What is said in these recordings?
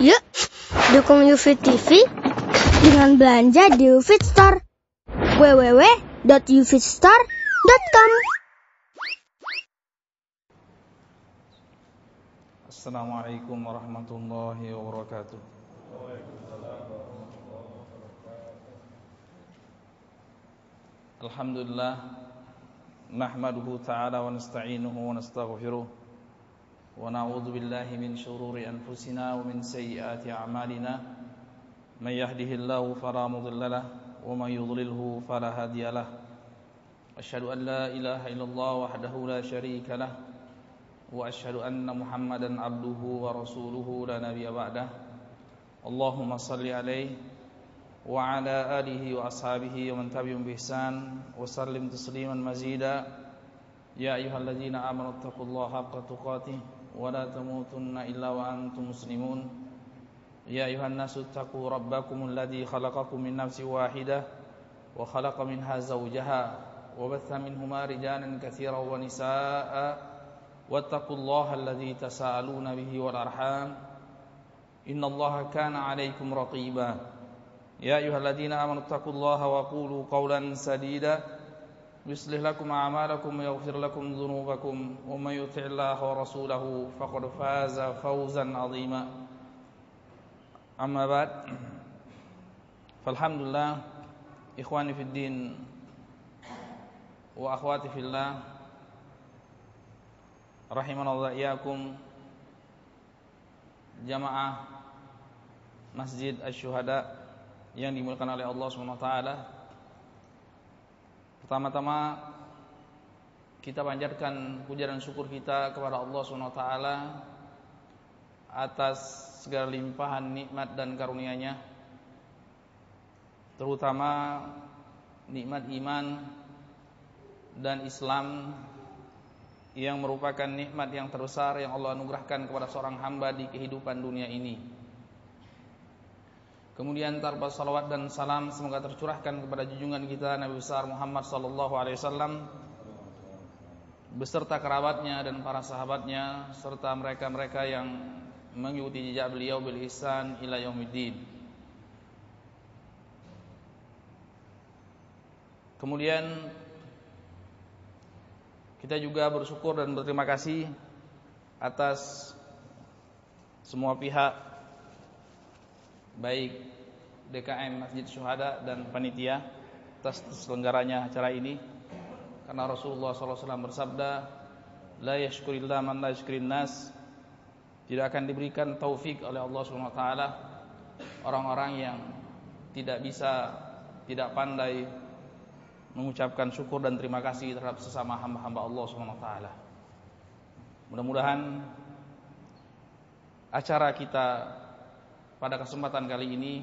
Yuk, dukung UFIT TV dengan belanja di UFIT Store. www.ufitstore.com. Assalamualaikum warahmatullahi wabarakatuh. Alhamdulillah, nahmaduhu ta'ala wa nasta'inuhu wa nastaghfiruh wa na'udzu billahi min shururi anfusina wa min sayyiati a'malina. May yahdihillahu fala mudilla lahu wa may yudlilhu fala hadiya lahu. Asyhadu an la ilaha illallah wahdahu la syarika lahu wa asyhadu anna Muhammadan abduhu wa rasuluhu la nabiyya ba'dah. Allahumma shalli alaihi wa ala alihi wa ashabihi wa man tabi'ahum bi ihsan wa sallim tasliman mazida. Ya ayyuhalladzina amanu taqullaha haqqa tuqatih wa la tamutunna illa wa antum muslimun. Ya ayyuhan nasu taqu rabbakumul ladzi khalaqakum min nafsin wahidah wa khalaqa minha zawjaha wa batha minhuma rijalan katsiran wa nisaa'a wattaqullaha alladzi tasaaluna bihi wal arham innallaha kana 'alaikum raqiba. Ya ayyuhalladzina amanu taqullaha wa qulu qawlan sadida yuslih lakum a'malakum wa yaghfir lakum dhunubakum wa may yuti'illaha wa rasulahu faqad faza fawzan 'azima. Amma ba'd. Falhamdulillah, ikhwani fid din wa akhwati fillah, rahimanallahu iyyakum, jamaah Masjid Asy-Syuhada yang dimuliakan oleh Allah Subhanahu wa taala. Pertama-tama kita panjatkan puja dan syukur kita kepada Allah Subhanahu wa taala atas segala limpahan nikmat dan karunia-Nya, terutama nikmat iman dan Islam yang merupakan nikmat yang terbesar yang Allah anugerahkan kepada seorang hamba di kehidupan dunia ini. Kemudian tanpa salawat dan salam semoga tercurahkan kepada junjungan kita Nabi besar Muhammad sallallahu alaihi wasallam beserta kerabatnya dan para sahabatnya serta mereka-mereka yang mengikuti jejak beliau bil ihsan ila yaumiddin. Kemudian kita juga bersyukur dan berterima kasih atas semua pihak, baik DKM Masjid Syuhada dan panitia atas terselenggaranya acara ini, karena Rasulullah SAW bersabda, la yashkurillah man la yashkurin nas, tidak akan diberikan taufik oleh Allah SWT orang-orang yang tidak bisa, tidak pandai mengucapkan syukur dan terima kasih terhadap sesama hamba-hamba Allah SWT. Mudah-mudahan acara kita pada kesempatan kali ini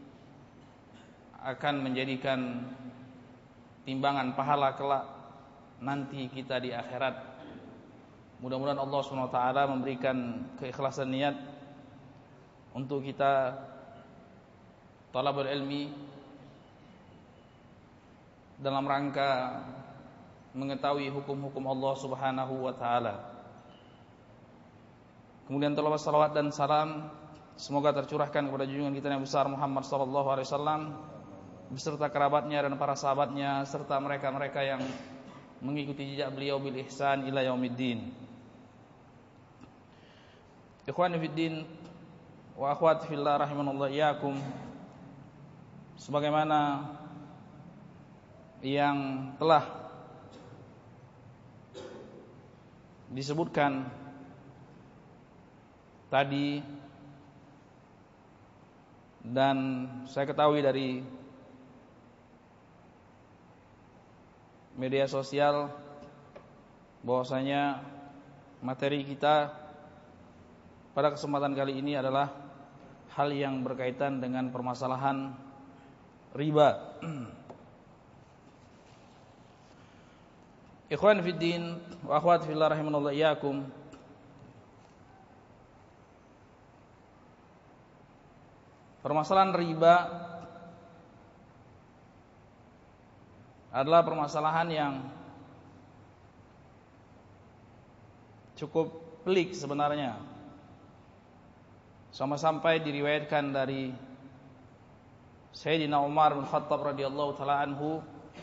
akan menjadikan timbangan pahala kelak nanti kita di akhirat. Mudah-mudahan Allah SWT memberikan keikhlasan niat untuk kita talabul ilmi dalam rangka mengetahui hukum-hukum Allah Subhanahu wa taala. Kemudian salawat dan salam semoga tercurahkan kepada junjungan kita Nabi besar Muhammad sallallahu alaihi wasallam beserta kerabatnya dan para sahabatnya serta mereka-mereka yang mengikuti jejak beliau bil ihsan ila yaumiddin. Ikhwani fid din wa akhwati fillah rahimanallahu iyyakum, sebagaimana yang telah disebutkan tadi dan saya ketahui dari media sosial bahwasanya materi kita pada kesempatan kali ini adalah hal yang berkaitan dengan permasalahan riba. Ikhwan fid din wa akhwat fillah rahimanallahu iyyakum, permasalahan riba adalah permasalahan yang cukup pelik sebenarnya. sampai diriwayatkan dari Sayyidina Umar bin Khattab radhiyallahu taala anhu,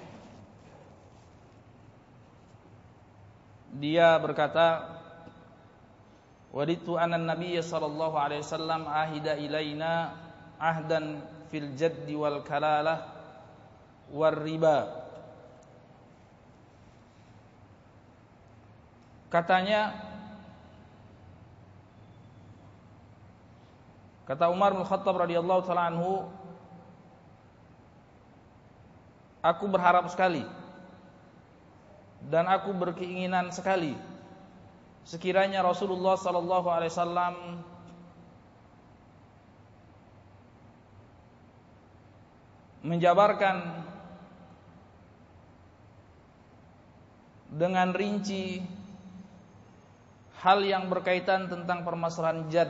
dia berkata, waditu anna nabiyya sallallahu alaihi wasallam ahida ilaina ahdan fil jaddi wal kalalah war riba. Katanya, kata Umar bin Khattab radhiyallahu taala anhu, aku berharap sekali dan aku berkeinginan sekali sekiranya Rasulullah sallallahu alaihi wasallam menjabarkan dengan rinci hal yang berkaitan tentang permasalahan jad.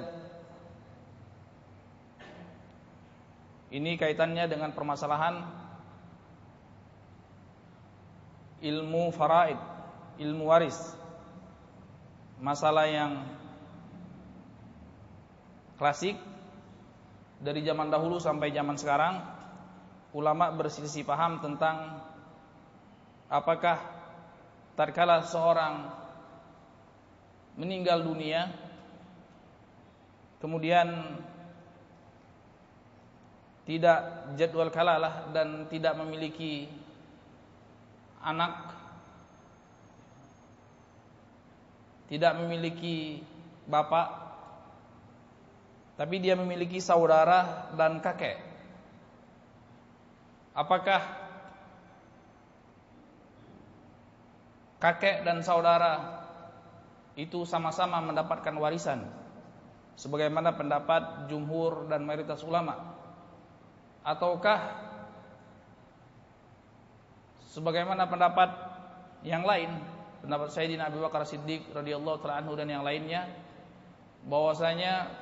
Ini kaitannya dengan permasalahan ilmu faraid, ilmu waris. Masalah yang klasik dari zaman dahulu sampai zaman sekarang, ulama berselisih paham tentang apakah tatkala seorang meninggal dunia kemudian tidak jadwal kalalah dan tidak memiliki anak, tidak memiliki bapak, tapi dia memiliki saudara dan kakek, apakah kakek dan saudara itu sama-sama mendapatkan warisan sebagaimana pendapat jumhur dan mayoritas ulama, ataukah sebagaimana pendapat yang lain, pendapat Sayyidina Abu Bakar Siddiq radhiyallahu ta'ala anhu dan yang lainnya, bahwasanya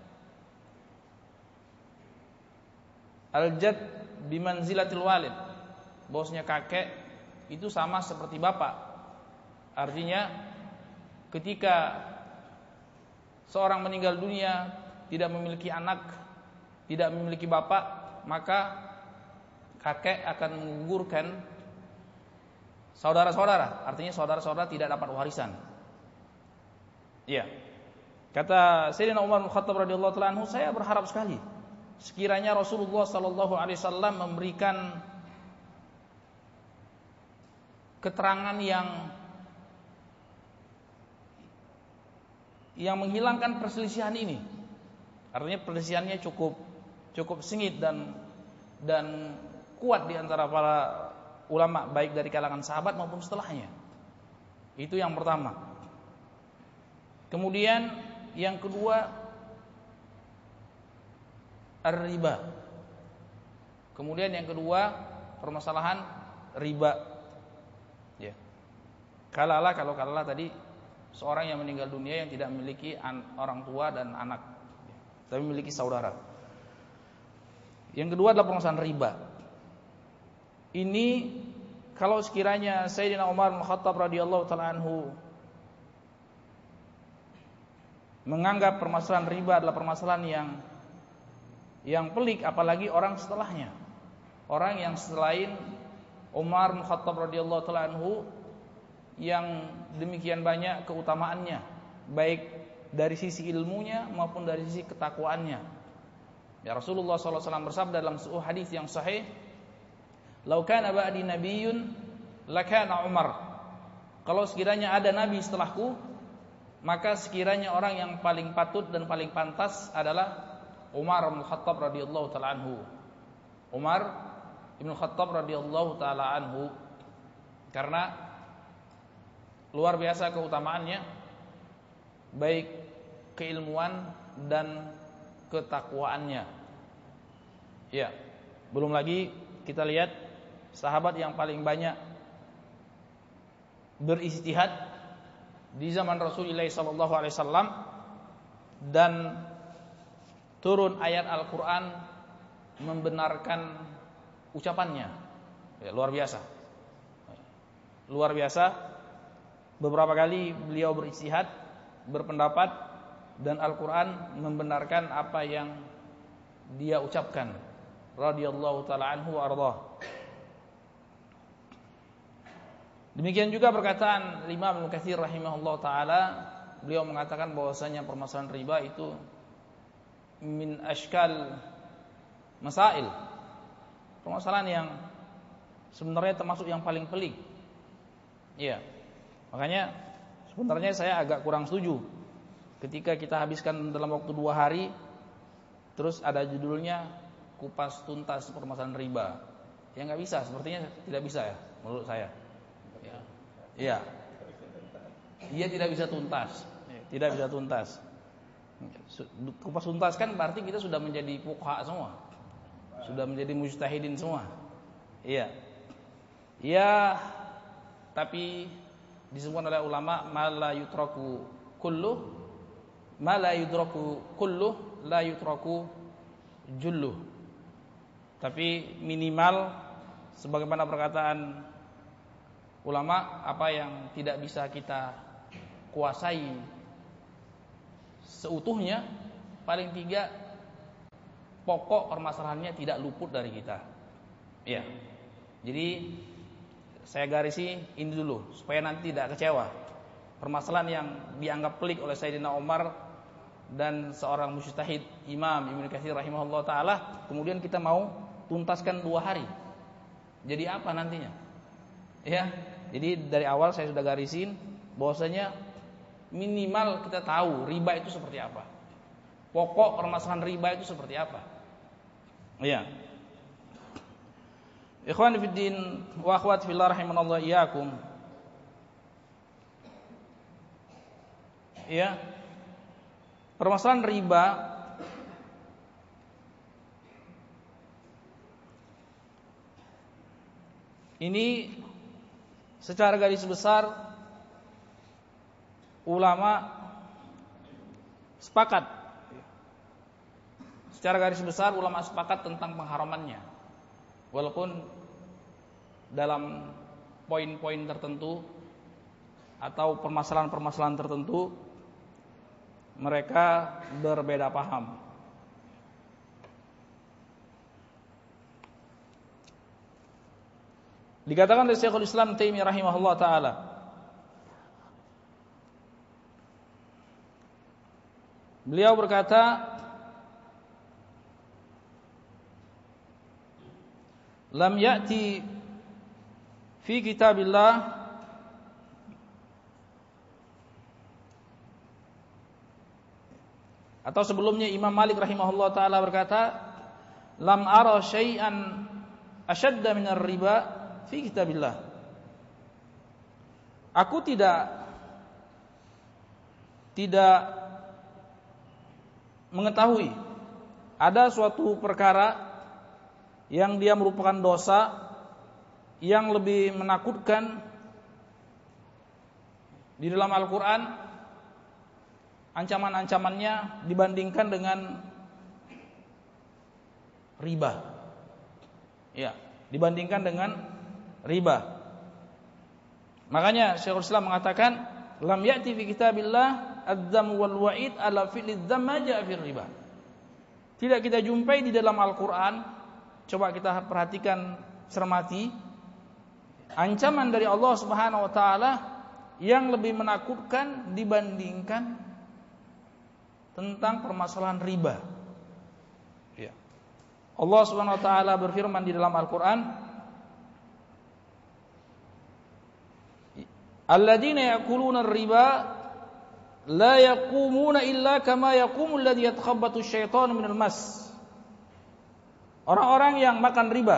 al-jad bimanzilatil walid, bahwasanya kakek itu sama seperti bapak. Artinya ketika seorang meninggal dunia tidak memiliki anak, tidak memiliki bapak, maka kakek akan menggugurkan saudara-saudara. Artinya saudara-saudara tidak dapat warisan. Iya. Kata Sayyidina Umar bin Khattab radhiyallahu ta'ala anhu, saya berharap sekali sekiranya Rasulullah sallallahu alaihi wasallam memberikan keterangan yang menghilangkan perselisihan ini. Artinya perselisihannya cukup sengit dan kuat di antara para ulama baik dari kalangan sahabat maupun setelahnya. Itu yang pertama. Kemudian yang kedua, ar-riba. Kemudian yang kedua, permasalahan riba. Ya. Kalau kalalah tadi seorang yang meninggal dunia yang tidak memiliki orang tua dan anak, tapi memiliki saudara. Yang kedua adalah permasalahan riba. Ini kalau sekiranya Sayyidina Umar bin Khattab radhiyallahu ta'ala anhu menganggap permasalahan riba adalah permasalahan yang pelik, apalagi orang setelahnya, orang yang selain Umar bin Khattab radhiyallahu ta'ala anhu yang demikian banyak keutamaannya, baik dari sisi ilmunya maupun dari sisi ketakwaannya. Ya, Rasulullah SAW bersabda dalam sebuah hadis yang sahih, "Lau kana ba'di nabiyyun lakana Umar." Kalau sekiranya ada nabi setelahku, maka sekiranya orang yang paling patut dan paling pantas adalah Umar bin Khattab radhiyallahu taala anhu. Umar bin Khattab radhiyallahu taala anhu, karena luar biasa keutamaannya, baik keilmuan dan ketakwaannya. Ya, belum lagi kita lihat sahabat yang paling banyak beristihad di zaman Rasulullah SAW dan turun ayat Al-Quran membenarkan ucapannya. Ya, luar biasa. Luar biasa. Beberapa kali beliau beristihad, berpendapat dan Al-Quran membenarkan apa yang dia ucapkan. Radhiyallahu ta'ala anhu wa ardhah. Demikian juga perkataan Imam Ibnu Katsir rahimahullah ta'ala. Beliau mengatakan bahwasanya permasalahan riba itu min ashkal masail, permasalahan yang sebenarnya termasuk yang paling pelik. Iya. Makanya sebenarnya saya agak kurang setuju ketika kita habiskan dalam waktu 2 hari terus ada judulnya kupas tuntas permasalahan riba. Ya nggak bisa, sepertinya tidak bisa ya menurut saya. Ya. Iya. Ia tidak bisa tuntas. Tidak bisa tuntas. Kupas tuntas kan berarti kita sudah menjadi fuqaha semua. Sudah menjadi mujtahidin semua. Iya. Ya, tapi disebutkan oleh ulama ma la yutraku kullu ma la yudraku kullu la yutraku jullu. Tapi minimal sebagaimana perkataan ulama, apa yang tidak bisa kita kuasai seutuhnya, paling 3 pokok permasalahannya tidak luput dari kita. Ya. Jadi saya garisi ini dulu supaya nanti tidak kecewa. Permasalahan yang dianggap pelik oleh Sayyidina Umar dan seorang mujtahid Imam Ibnu Katsir rahimahullah taala, kemudian kita mau tuntaskan 2 hari. Jadi apa nantinya? Ya. Jadi dari awal saya sudah garisin bahwasanya minimal kita tahu riba itu seperti apa. Pokok permasalahan riba itu seperti apa. Ya. Ikhwan fiddin wa akhwat fillah rahimanallah iyyakum. Ya. Permasalahan riba ini secara garis besar ulama sepakat. Secara garis besar ulama sepakat tentang pengharamannya. Walaupun dalam poin-poin tertentu atau permasalahan-permasalahan tertentu mereka berbeda paham. Dikatakan oleh Syekhul Islam Taimiyah rahimahullah taala, beliau berkata, lam ya'ti fi kitabillah atau sebelumnya Imam Malik rahimahullah taala berkata, lam ara syai'an ashadda minar riba fi kitabillah. Aku tidak mengetahui ada suatu perkara yang dia merupakan dosa yang lebih menakutkan di dalam Al-Quran, ancaman-ancamannya dibandingkan dengan riba. Ya, dibandingkan dengan riba. Makanya Syekhul Islam mengatakan, lam ya'ti fi kitabillah adz-dzam wal wa'id ala fi'lidz dzam ma ja'a fir riba. Tidak kita jumpai di dalam Al-Quran, coba kita perhatikan cermati, ancaman dari Allah Subhanahu wa taala yang lebih menakutkan dibandingkan tentang permasalahan riba. Ya. Allah Subhanahu wa taala berfirman di dalam Al-Qur'an, alladzina ya'kuluna ar-riba la yaqumuna illa kama yaqumu alladzi yatakhabbathu asyaitanu minal mas. Orang-orang yang makan riba,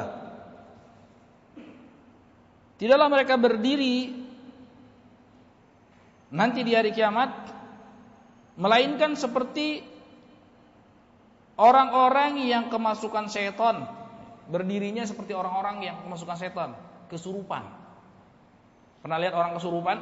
tidaklah mereka berdiri nanti di hari kiamat melainkan seperti orang-orang yang kemasukan setan. Berdirinya seperti orang-orang yang kemasukan setan, kesurupan. Pernah lihat orang kesurupan?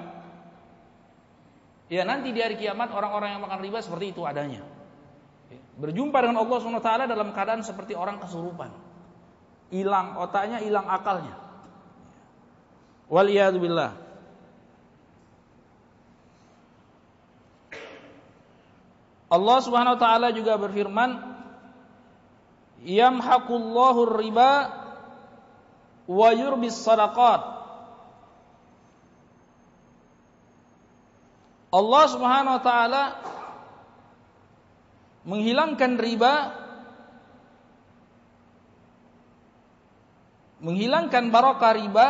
Ya, nanti di hari kiamat orang-orang yang makan riba seperti itu adanya. Berjumpa dengan Allah SWT dalam keadaan seperti orang kesurupan, hilang otaknya, hilang akalnya. Waliyadu billah. Allah Subhanahu wa taala juga berfirman, yamhaqullahu riba wa yurbis shadaqat. Allah Subhanahu wa taala menghilangkan riba, menghilangkan barokah riba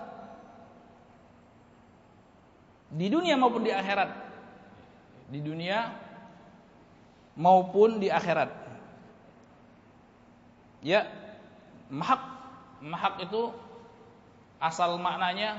di dunia maupun di akhirat. Di dunia maupun di akhirat. Ya, mahak itu asal maknanya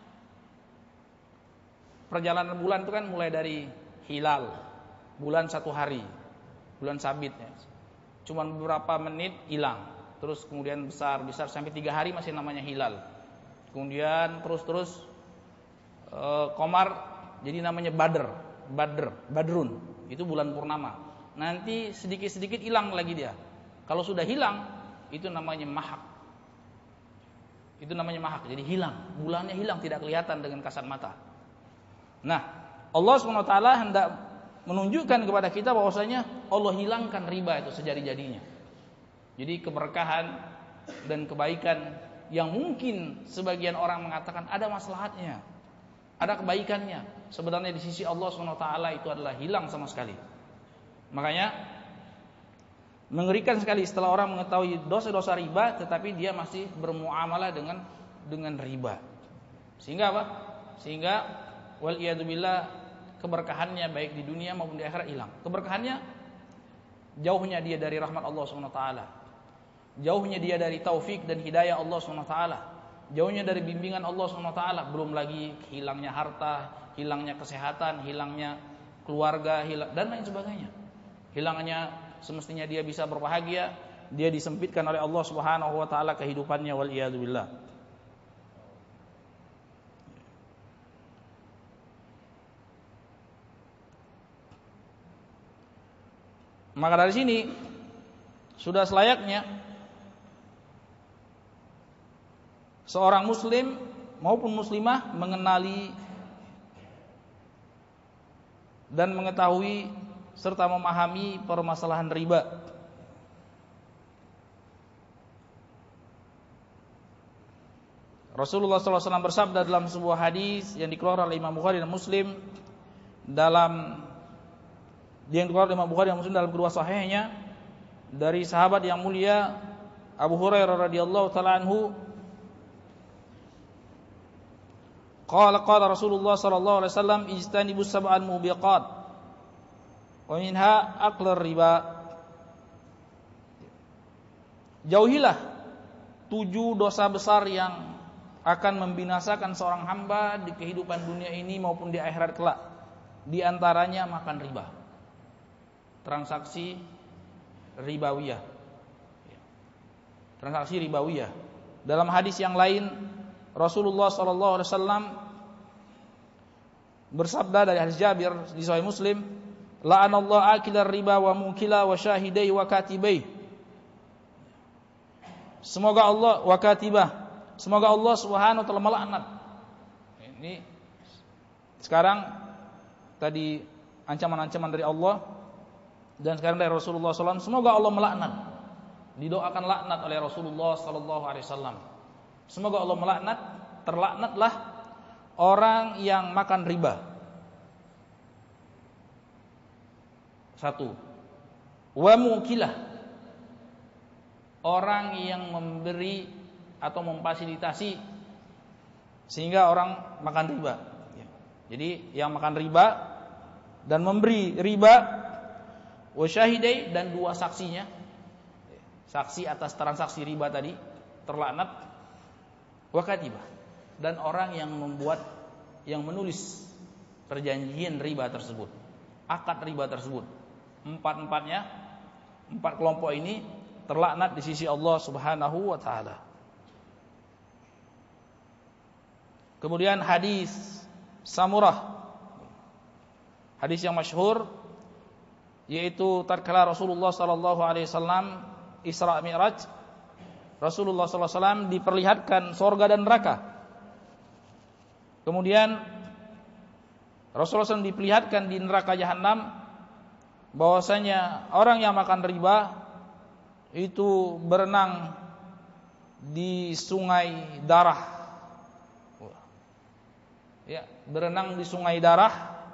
perjalanan bulan itu kan mulai dari hilal, bulan satu hari, bulan sabit ya. Cuman beberapa menit hilang, terus kemudian besar sampai 3 hari masih namanya hilal. Kemudian terus komar jadi namanya badrun, itu bulan purnama. Nanti sedikit-sedikit hilang lagi dia. Kalau sudah hilang itu namanya mahak. Itu namanya mahak, jadi hilang, bulannya hilang, tidak kelihatan dengan kasat mata. Nah, Allah SWT hendak menunjukkan kepada kita bahwasanya Allah hilangkan riba itu sejadi-jadinya. Jadi keberkahan dan kebaikan yang mungkin sebagian orang mengatakan ada maslahatnya, ada kebaikannya, sebenarnya di sisi Allah SWT itu adalah hilang sama sekali. Makanya mengerikan sekali setelah orang mengetahui dosa-dosa riba tetapi dia masih bermuamalah dengan riba. Sehingga apa? Sehingga wal iyadu billah keberkahannya baik di dunia maupun di akhirat hilang. Keberkahannya jauhnya dia dari rahmat Allah SWT, jauhnya dia dari taufik dan hidayah Allah SWT, jauhnya dari bimbingan Allah SWT. Belum lagi hilangnya harta, hilangnya kesehatan, hilangnya keluarga, dan lain sebagainya. Hilangnya semestinya dia bisa berbahagia, dia disempitkan oleh Allah Subhanahu wa taala kehidupannya, wal iyadu billah. Maka dari sini sudah selayaknya seorang muslim maupun muslimah mengenali dan mengetahui serta memahami permasalahan riba. Rasulullah SAW bersabda dalam sebuah hadis yang dikeluarkan oleh Imam Bukhari dan Muslim dalam kedua sahihnya dari sahabat yang mulia Abu Hurairah radhiyallahu taala anhu, qala Rasulullah sallallahu alaihi wasallam ijtanibus sab'al mubiqat wa minha aklar riba. Jauhilah 7 dosa besar yang akan membinasakan seorang hamba di kehidupan dunia ini maupun di akhirat kelak. Di antaranya makan riba, transaksi ribawiyah. Transaksi ribawiyah. Dalam hadis yang lain Rasulullah sallallahu alaihi wasallam bersabda dari hadis Jabir di Sahih Muslim, la'anallahu akilar riba wa mukila wa syahidai wa katibai. Semoga Allah wa katibah. Semoga Allah Subhanahu wa taala melaknat. Ini sekarang tadi ancaman-ancaman dari Allah dan sekarang dari Rasulullah SAW. Semoga Allah melaknat. Didoakan laknat oleh Rasulullah SAW. Semoga Allah melaknat, terlaknatlah orang yang makan riba. 1. Wa mukilah, orang yang memberi atau memfasilitasi sehingga orang makan riba. Jadi yang makan riba dan memberi riba, wa syahidai, dan 2 saksinya, saksi atas transaksi riba tadi terlaknat, wa katibah, dan orang yang menulis perjanjian riba tersebut, akad riba tersebut. 4 kelompok ini terlaknat di sisi Allah Subhanahu wa taala. Kemudian hadis Samurah, hadis yang masyhur, yaitu tatkala Rasulullah sallallahu alaihi wasallam Isra Mi'raj, Rasulullah sallallahu alaihi wasallam diperlihatkan surga dan neraka. Kemudian Rasulullah SAW diperlihatkan di neraka Jahanam, bahwasanya orang yang makan riba itu berenang di sungai darah. Ya, berenang di sungai darah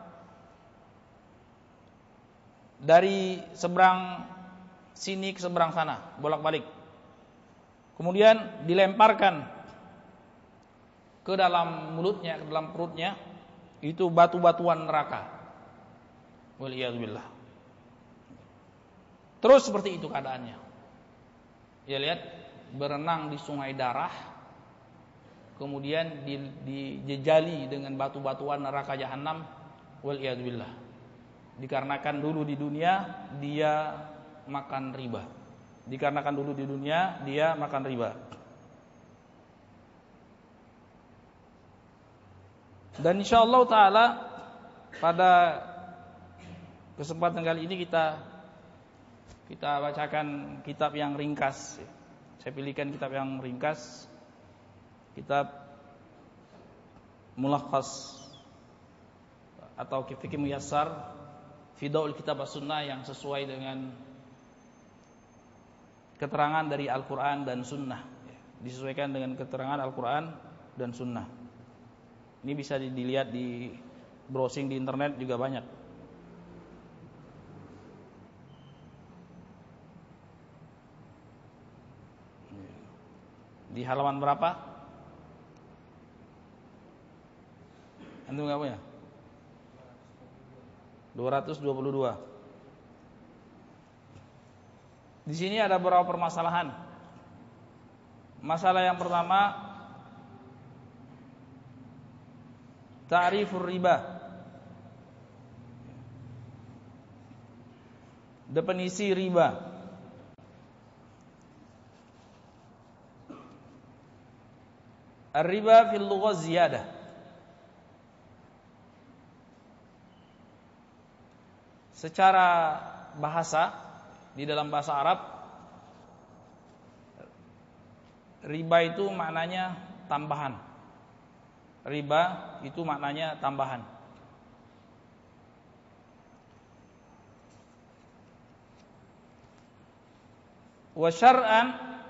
dari seberang sini ke seberang sana, bolak-balik. Kemudian dilemparkan ke dalam mulutnya, ke dalam perutnya, itu batu-batuan neraka. Waliyadzubillah. Terus seperti itu keadaannya. Ya lihat, berenang di sungai darah, kemudian dijejali dengan batu-batuan neraka jahanam. Waliyadzubillah. Dikarenakan dulu di dunia dia makan riba. Dikarenakan dulu di dunia dia makan riba. Dan insyaallah taala pada kesempatan kali ini kita bacakan kitab yang ringkas. Saya pilihkan kitab yang ringkas, kitab Mulakhas atau Fiqh Muyassar fi Daul Kitab As-Sunnah, yang sesuai dengan keterangan dari Al-Quran dan Sunnah, disesuaikan dengan keterangan Al-Quran dan Sunnah. Ini bisa dilihat di browsing di internet juga banyak. Di halaman berapa? Antum enggak punya? 222. Di sini ada beberapa permasalahan. Masalah yang pertama, ta'rifur riba. Definisi riba. Ar-riba fil lughah ziyadah. Secara bahasa, di dalam bahasa Arab, riba itu maknanya tambahan. Riba itu maknanya tambahan. Wa syar'an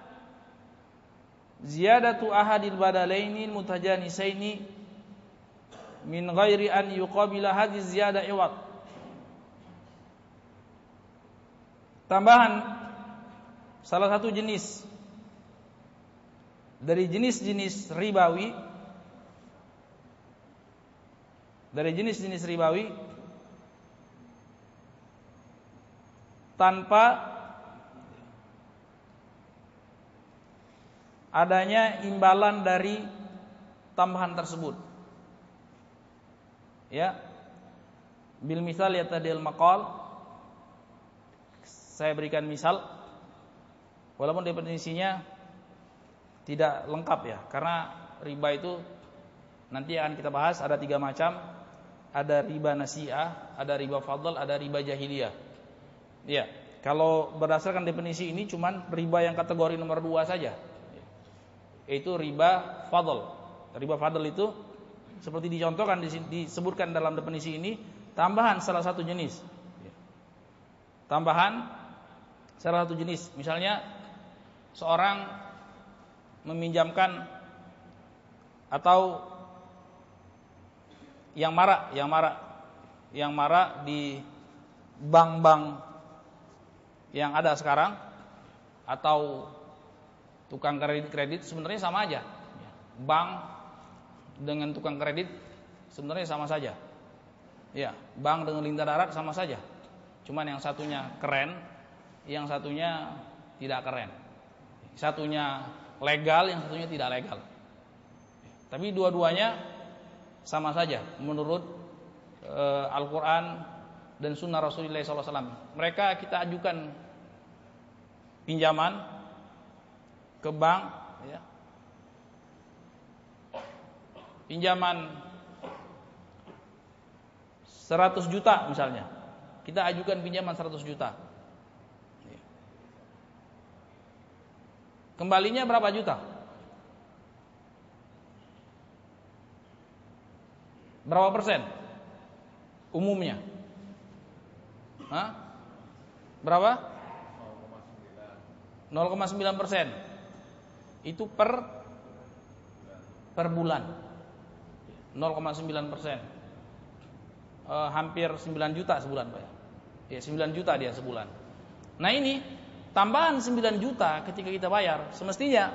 ziyadatu ahadil badalaini mutajanisaini min ghairi an yuqabila hadhihi ziyadah iwad. Tambahan salah satu jenis dari jenis-jenis ribawi, tanpa adanya imbalan dari tambahan tersebut. Ya, bil misal yatadil maqal. Saya berikan misal, walaupun definisinya tidak lengkap ya, karena riba itu nanti akan kita bahas ada 3 macam. Ada riba nasi'ah, ada riba fadl, ada riba jahiliyah. Ya, kalau berdasarkan definisi ini cuman riba yang kategori nomor 2 saja, yaitu riba fadl. Riba fadl itu seperti dicontohkan disebutkan dalam definisi ini, tambahan salah satu jenis. Tambahan salah satu jenis. Misalnya seorang meminjamkan atau yang marak di bank-bank yang ada sekarang, atau tukang kredit sebenarnya sama aja. Bank dengan tukang kredit sebenarnya sama saja. Ya, bank dengan lintah darat sama saja. Cuman yang satunya keren, yang satunya tidak keren. Satunya legal, yang satunya tidak legal. Tapi dua-duanya sama saja menurut Al-Quran dan Sunnah Rasulullah SAW. Mereka kita ajukan pinjaman ke bank, ya. Pinjaman 100 juta misalnya. Kita ajukan pinjaman 100 juta. Kembalinya berapa juta? Berapa persen? Umumnya? Berapa? 0,9%. Itu per bulan. 0,9%. Hampir 9 juta sebulan, Pak. Ya, 9 juta dia sebulan. Nah, ini tambahan 9 juta ketika kita bayar, semestinya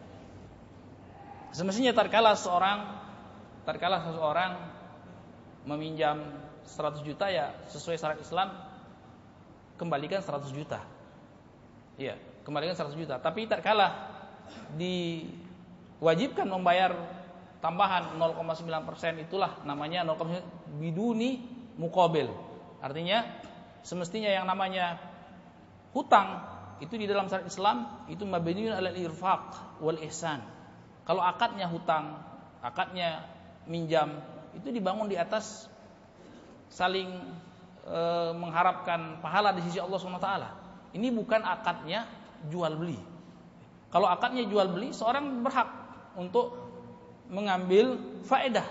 tatkala seseorang meminjam 100 juta, ya sesuai syariat Islam kembalikan 100 juta. Ya, kembalikan 100 juta. Tapi tatkala diwajibkan membayar tambahan 0,9%, itulah namanya 0,9 biduni muqabil. Artinya semestinya yang namanya hutang itu di dalam syariat Islam itu mabniun 'alal irfaq wal ihsan. Kalau akadnya hutang, akadnya minjam, itu dibangun di atas saling mengharapkan pahala di sisi Allah SWT. Ini bukan akadnya jual beli. Kalau akadnya jual beli, seorang berhak untuk mengambil faedah,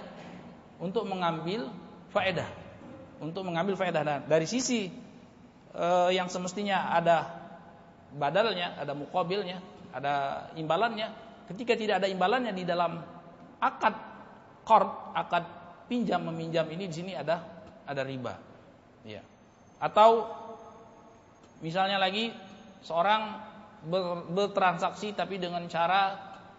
Nah, dari sisi yang semestinya ada badalnya, ada muqabilnya, ada imbalannya. Ketika tidak ada imbalannya di dalam akad qard, akad pinjam meminjam ini, di sini ada riba. Ya. Atau misalnya lagi seorang bertransaksi tapi dengan cara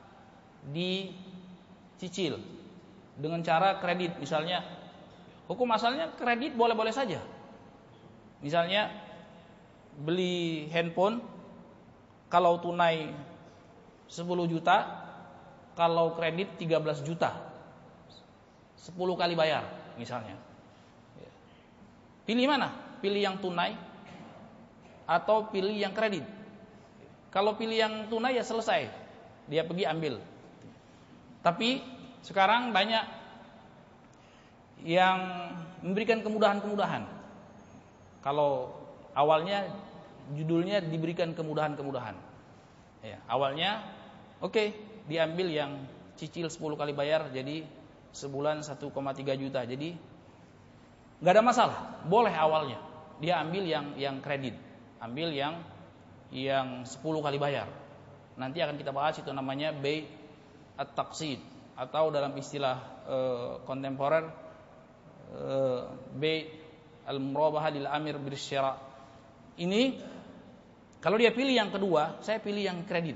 dicicil, dengan cara kredit misalnya. Hukum asalnya kredit boleh-boleh saja. Misalnya beli handphone, kalau tunai 10 juta, kalau kredit 13 juta, 10 kali bayar misalnya. Pilih mana? Pilih yang tunai atau pilih yang kredit? Kalau pilih yang tunai ya selesai, dia pergi ambil. Tapi sekarang banyak yang memberikan kemudahan-kemudahan. Kalau awalnya judulnya diberikan kemudahan-kemudahan, ya, awalnya oke, diambil yang cicil 10 kali bayar, jadi sebulan 1,3 juta. Jadi nggak ada masalah, boleh awalnya dia ambil yang kredit, ambil yang 10 kali bayar. Nanti akan kita bahas, itu namanya bay at-taqsid, atau dalam istilah kontemporer bay al-murabahah lil amir bil syira'. Ini kalau dia pilih yang kedua, saya pilih yang kredit.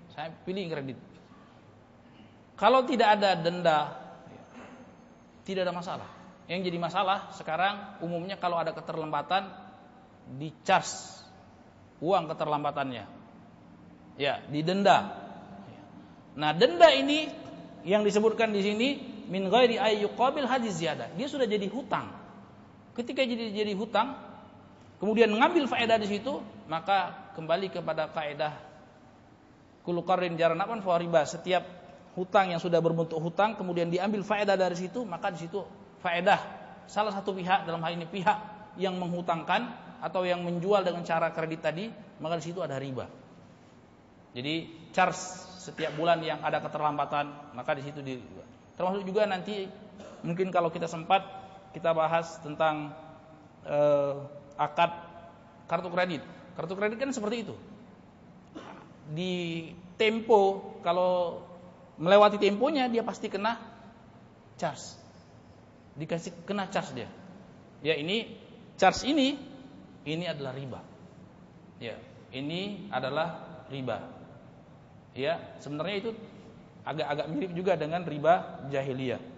Kalau tidak ada denda, tidak ada masalah. Yang jadi masalah sekarang umumnya kalau ada keterlambatan, di-charge uang keterlambatannya. Ya, didenda. Nah, denda ini yang disebutkan di sini min ghairi ayyuqabil hadis ziyadah. Dia sudah jadi hutang. Ketika jadi hutang, kemudian mengambil faedah di situ, maka kembali kepada faedah kullu qarrin jara naf'an fa riba. Setiap hutang yang sudah berbentuk hutang kemudian diambil faedah dari situ, maka di situ faedah salah satu pihak, dalam hal ini pihak yang menghutangkan atau yang menjual dengan cara kredit tadi, maka di situ ada riba. Jadi charge setiap bulan yang ada keterlambatan, maka di situ riba. Termasuk juga nanti mungkin kalau kita sempat kita bahas tentang akad kartu kredit. Kartu kredit kan seperti itu. Di tempo, kalau melewati temponya dia pasti kena charge. Dikasih kena charge dia. Ya, ini charge ini adalah riba. Ya, ini adalah riba. Ya, sebenarnya itu agak mirip juga dengan riba jahiliyah.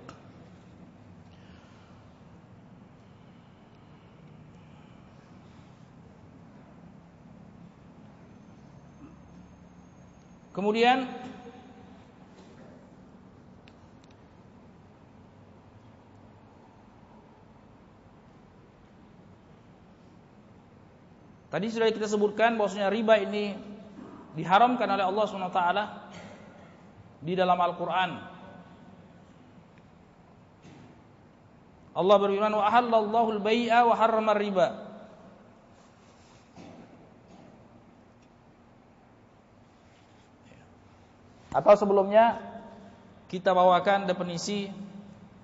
Kemudian tadi sudah kita sebutkan bahwasanya riba ini diharamkan oleh Allah SWT di dalam Al-Quran. Allah berfirman, wa ahallallahu al-bai'a wa harrama riba. Atau sebelumnya kita bawakan definisi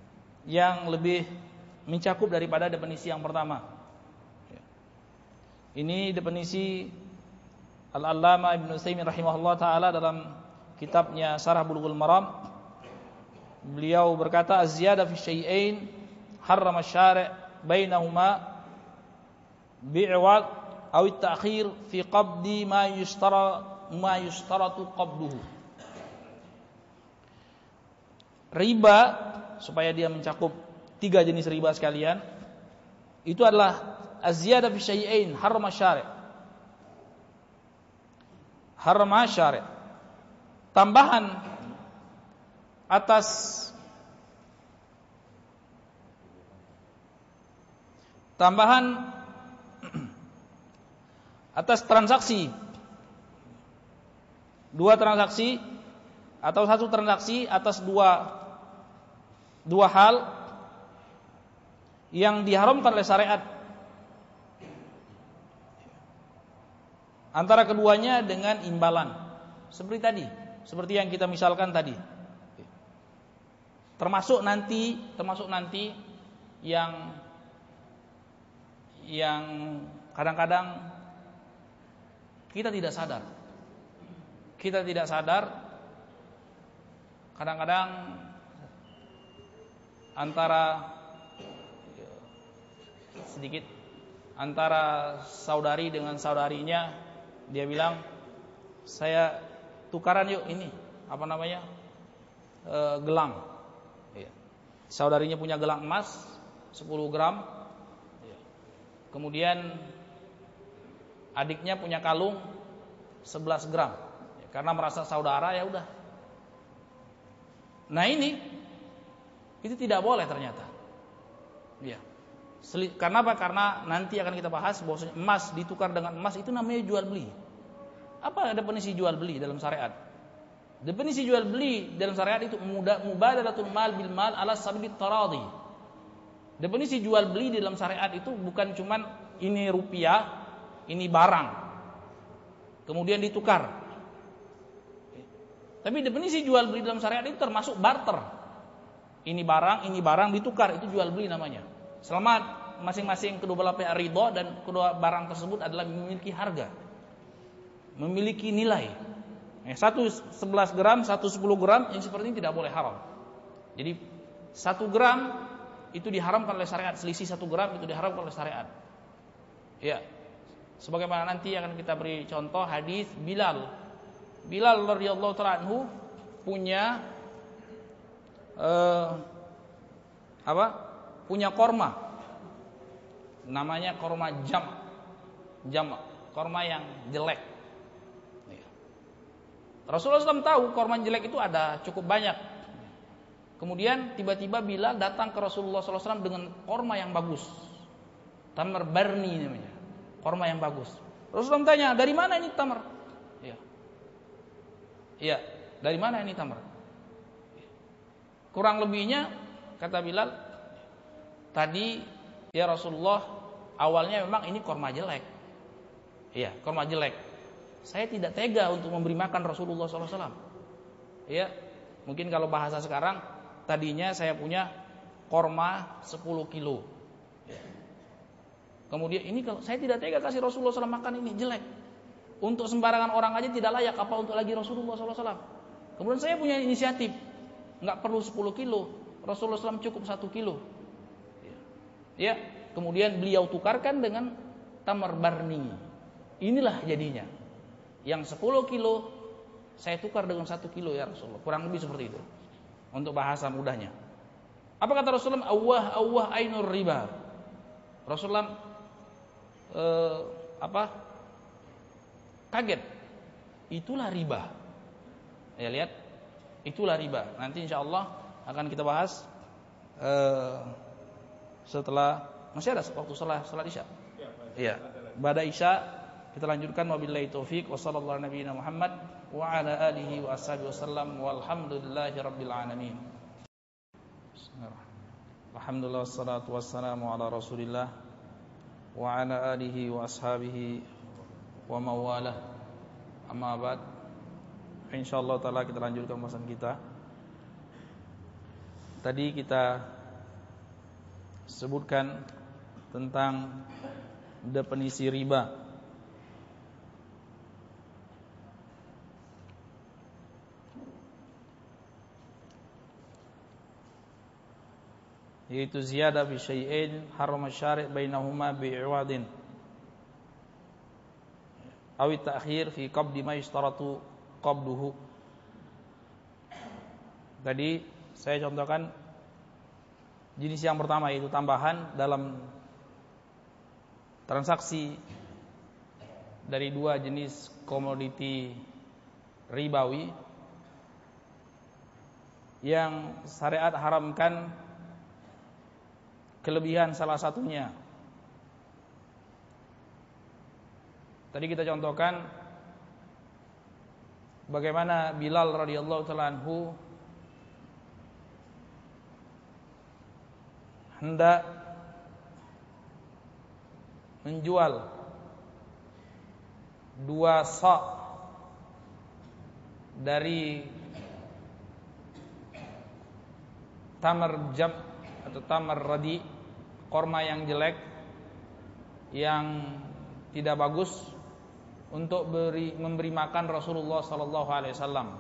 yang lebih mencakup daripada definisi yang pertama. Ini definisi Al-Allamah Ibnu Utsaimin rahimahullah taala dalam kitabnya Syarah Bulughul Maram. Beliau berkata, az-ziyadah fi syai'ain harrama asy-syari' bainahuma bi'iwad aw at-ta'khir fi qabdi ma yustaratu qabduhu. Riba, supaya dia mencakup 3 jenis riba sekalian, itu adalah az-ziyadah fi syai'ain harrama asy-syari'. Harrama asy-syari'. Tambahan atas transaksi, 2 transaksi atau 1 transaksi atas dua hal yang diharamkan oleh syariat, antara keduanya dengan imbalan seperti yang kita misalkan tadi. Termasuk nanti yang kadang-kadang kita tidak sadar kadang-kadang antara saudari dengan saudarinya, dia bilang, saya tukaran yuk ini gelang. Saudarinya punya gelang emas 10 gram, kemudian adiknya punya kalung 11 gram. Karena merasa saudara, ya udah. Nah itu tidak boleh ternyata. Ya. Karena apa? Karena nanti akan kita bahas bahwasanya emas ditukar dengan emas itu namanya jual beli. Apa definisi jual beli dalam syariat? Definisi jual beli dalam syariat itu mubadalatul mal bil mal ala sabili taradi. Definisi jual beli di dalam syariat itu bukan cuman ini rupiah, ini barang, kemudian ditukar. Tapi definisi jual beli dalam syariat itu termasuk barter. Ini barang ditukar, itu jual beli namanya. Selama masing-masing kedua belah pihak ridha dan kedua barang tersebut adalah memiliki harga, memiliki nilai. Satu 11 gram, satu 10 gram, yang seperti ini tidak boleh haram. Jadi 1 gram itu diharamkan oleh syariat, selisih 1 gram itu diharamkan oleh syariat. Ya, sebagaimana nanti akan kita beri contoh hadis Bilal radhiyallahu ta'ala anhu punya punya korma, namanya korma jam, korma yang jelek. Rasulullah SAW tahu korma jelek itu ada cukup banyak. Kemudian tiba-tiba Bilal datang ke Rasulullah SAW dengan korma yang bagus, tamar barni namanya, korma yang bagus. Rasulullah tanya, dari mana ini tamar? Iya, dari mana ini tamar? Kurang lebihnya, kata Bilal, tadi ya Rasulullah, awalnya memang ini korma jelek. Iya, korma jelek. Saya tidak tega untuk memberi makan Rasulullah SAW. Iya, mungkin kalau bahasa sekarang, tadinya saya punya korma 10 kilo. Kemudian ini kalau saya tidak tega kasih Rasulullah SAW makan, ini jelek. Untuk sembarangan orang aja tidak layak, apa untuk lagi Rasulullah SAW. Kemudian saya punya inisiatif, nggak perlu 10 kilo, Rasulullah SAW cukup 1 kilo. Ya, kemudian beliau tukarkan dengan tamar barni. Inilah jadinya. Yang 10 kilo saya tukar dengan 1 kilo ya Rasulullah. Kurang lebih seperti itu. Untuk bahasa mudahnya. Apa kata Rasulullah? Awwah ainur riba. Rasulullah kaget. Itulah riba. Ya lihat, itulah riba. Nanti insyaallah akan kita bahas setelah, masih ada waktu salat Isya. Iya. Ba'da Isya kita lanjutkan. Wabillahi taufik wa sallallahu nabiyina Muhammad wa ala alihi wa ashabihi wasallam walhamdulillahi rabbil alamin. Alhamdulillah wassalatu wassalamu ala Rasulillah wa ala alihi wa ashabihi wa mawalah. Amma ba'd. Insyaallah taala kita lanjutkan pembahasan kita. Tadi kita sebutkan tentang definisi riba. yaitu ziyadah fi syai'in harama syari' bainahuma bi'iwadin aw ta'khir fi qabdi ma yashtaratu qabduhu. Tadi saya contohkan jenis yang pertama, yaitu tambahan dalam transaksi dari dua jenis komoditi ribawi yang syariat haramkan kelebihan salah satunya. Tadi kita contohkan bagaimana Bilal radhiyallahu ta'ala anhu hendak menjual 2 sa' dari tamar jam atau tamar radi, korma yang jelek, yang tidak bagus, untuk memberi makan Rasulullah sallallahu alaihi wasallam.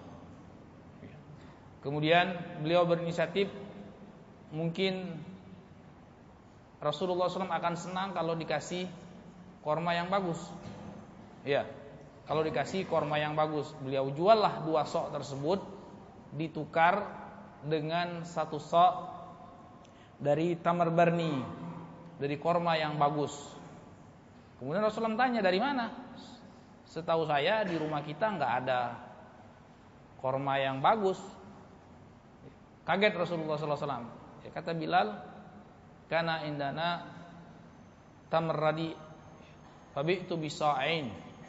Kemudian beliau berinisiatif, mungkin Rasulullah SAW akan senang kalau dikasih korma yang bagus. Ya, kalau dikasih korma yang bagus, beliau juallah 2 sok tersebut, ditukar dengan 1 sok dari tamar barni, dari korma yang bagus. Kemudian Rasulullah tanya, dari mana? Setahu saya di rumah kita nggak ada korma yang bagus. Kaget Rasulullah SAW. Ya, kata Bilal, kana indana tamr radi fabi'tu bisa'ain.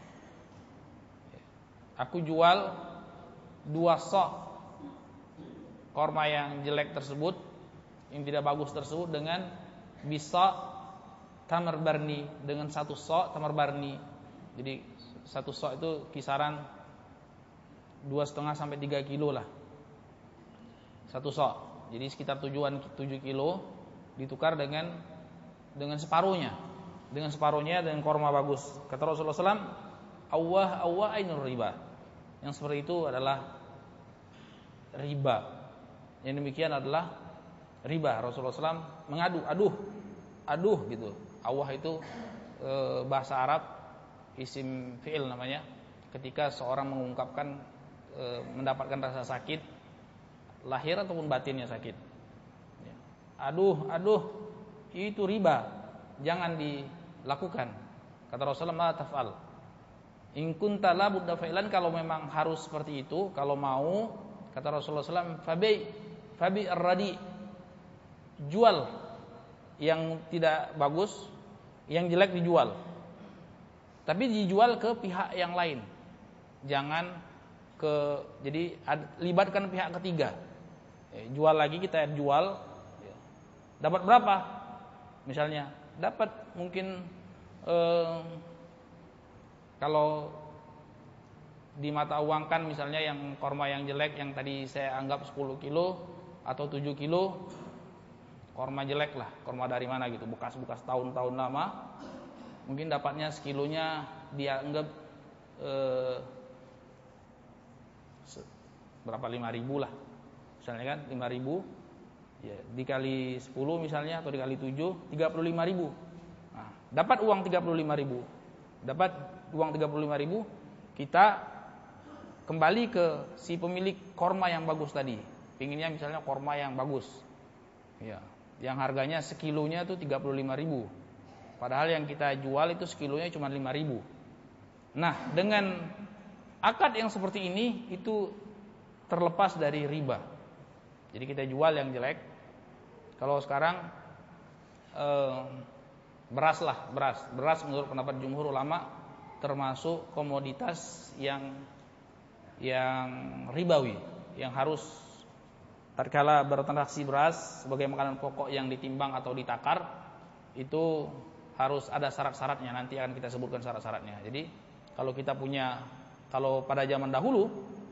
Aku jual 2 sok korma yang jelek tersebut, yang tidak bagus tersebut, dengan bisa tamar barni, dengan 1 sok tamar barni. Jadi 1 sok itu kisaran 2,5 sampai 3 kilo lah. 1 sok. Jadi sekitar 7 kilo ditukar dengan separuhnya. Dengan separuhnya dengan korma bagus. Kata Rasulullah SAW, awwah ainur riba. Yang seperti itu adalah riba. Yang demikian adalah riba. Rasulullah SAW mengadu, aduh gitu. Awwah itu bahasa Arab, isim fi'il namanya. Ketika seorang mengungkapkan mendapatkan rasa sakit, lahir ataupun batinnya sakit. Aduh, itu riba, jangan dilakukan. Kata Rasulullah, la taf'al. In kunta la budda fa'ilan, kalau memang harus seperti itu, kalau mau, kata Rasulullah SAW, fabi ar-radi, jual yang tidak bagus, yang jelek dijual. Tapi dijual ke pihak yang lain. Jangan jadi libatkan pihak ketiga. Jual lagi, kita jual, dapat berapa? Misalnya dapat mungkin kalau di mata uang kan, misalnya yang korma yang jelek yang tadi saya anggap 10 kilo atau 7 kilo, korma jelek lah, korma dari mana gitu, bekas tahun-tahun lama, mungkin dapatnya sekilonya dia anggap berapa, 5.000 lah misalnya kan, 5.000 ya, dikali 10 misalnya, atau dikali 7, 35.000. Nah, dapat uang 35.000. Dapat uang 35.000, kita kembali ke si pemilik korma yang bagus tadi. Pinginnya misalnya korma yang bagus, ya, yang harganya sekilonya itu 35.000. Padahal yang kita jual itu sekilonya cuma 5.000. Nah, dengan akad yang seperti ini, itu terlepas dari riba. Jadi kita jual yang jelek. Kalau sekarang beras menurut pendapat jumhur ulama termasuk komoditas yang ribawi, yang harus tatkala bertransaksi beras sebagai makanan pokok yang ditimbang atau ditakar, itu harus ada syarat-syaratnya. Nanti akan kita sebutkan syarat-syaratnya. Jadi kalau pada zaman dahulu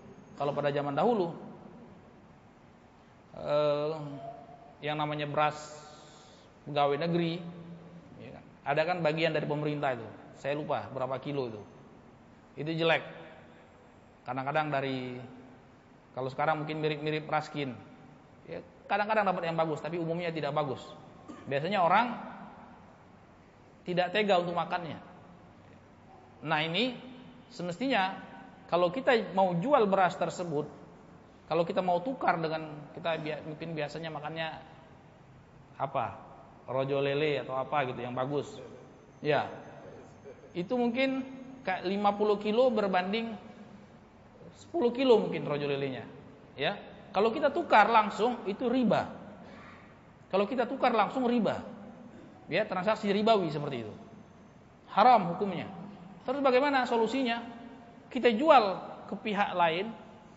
yang namanya beras pegawai negeri, ya kan? Ada kan bagian dari pemerintah itu, saya lupa berapa kilo itu jelek. Kadang-kadang kalau sekarang mungkin mirip-mirip Raskin, ya, kadang-kadang dapat yang bagus, tapi umumnya tidak bagus. Biasanya orang tidak tega untuk makannya. Nah ini semestinya kalau kita mau jual beras tersebut, kalau kita mau tukar dengan kita mungkin biasanya makannya apa, rojo lele atau apa gitu yang bagus, ya itu mungkin kayak 50 kilo berbanding 10 kilo mungkin rojo lelenya, ya. Kalau kita tukar langsung itu riba. Kalau kita tukar langsung riba, ya transaksi ribawi seperti itu, haram hukumnya. Terus bagaimana solusinya? Kita jual ke pihak lain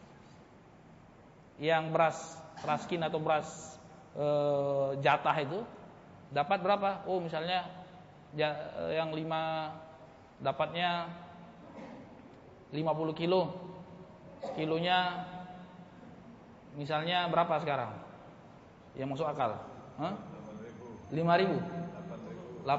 yang beras raskin atau beras jatah itu dapat berapa? Oh misalnya yang 5 dapatnya 50 kilo, kilonya misalnya berapa sekarang? Yang masuk akal? 5.000, 10.000,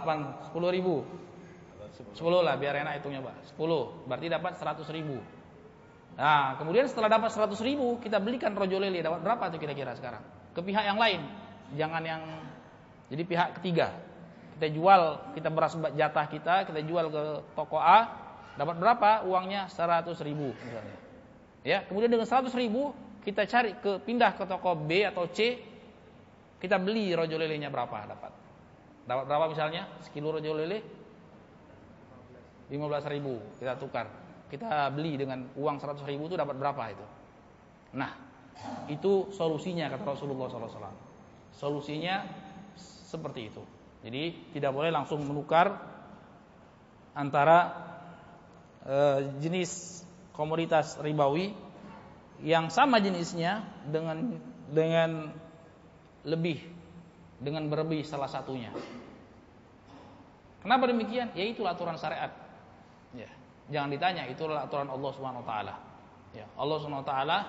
10 lah biar enak hitungnya Pak. 10 berarti dapat 100.000. Nah kemudian setelah dapat 100.000 kita belikan rojo lele, dapat berapa tuh kira-kira sekarang? Ke pihak yang lain, jangan yang jadi pihak ketiga. Kita jual, kita beras jatah kita jual ke toko A, dapat berapa? Uangnya 100.000 misalnya. Ya, kemudian dengan 100.000 kita cari pindah ke toko B atau C, kita beli rojo lelenya berapa dapat? Dapat berapa misalnya? Sekilo rojo lele 15.000 kita tukar. Kita beli dengan uang 100.000 itu dapat berapa itu? Nah, itu solusinya kata Rasulullah SAW. Solusinya seperti itu. Jadi tidak boleh langsung menukar antara jenis komoditas ribawi yang sama jenisnya dengan berlebih salah satunya. Kenapa demikian? Ya itulah aturan syariat. Ya, jangan ditanya, itulah aturan Allah Subhanahu wa taala. Ya, Allah Subhanahu wa taala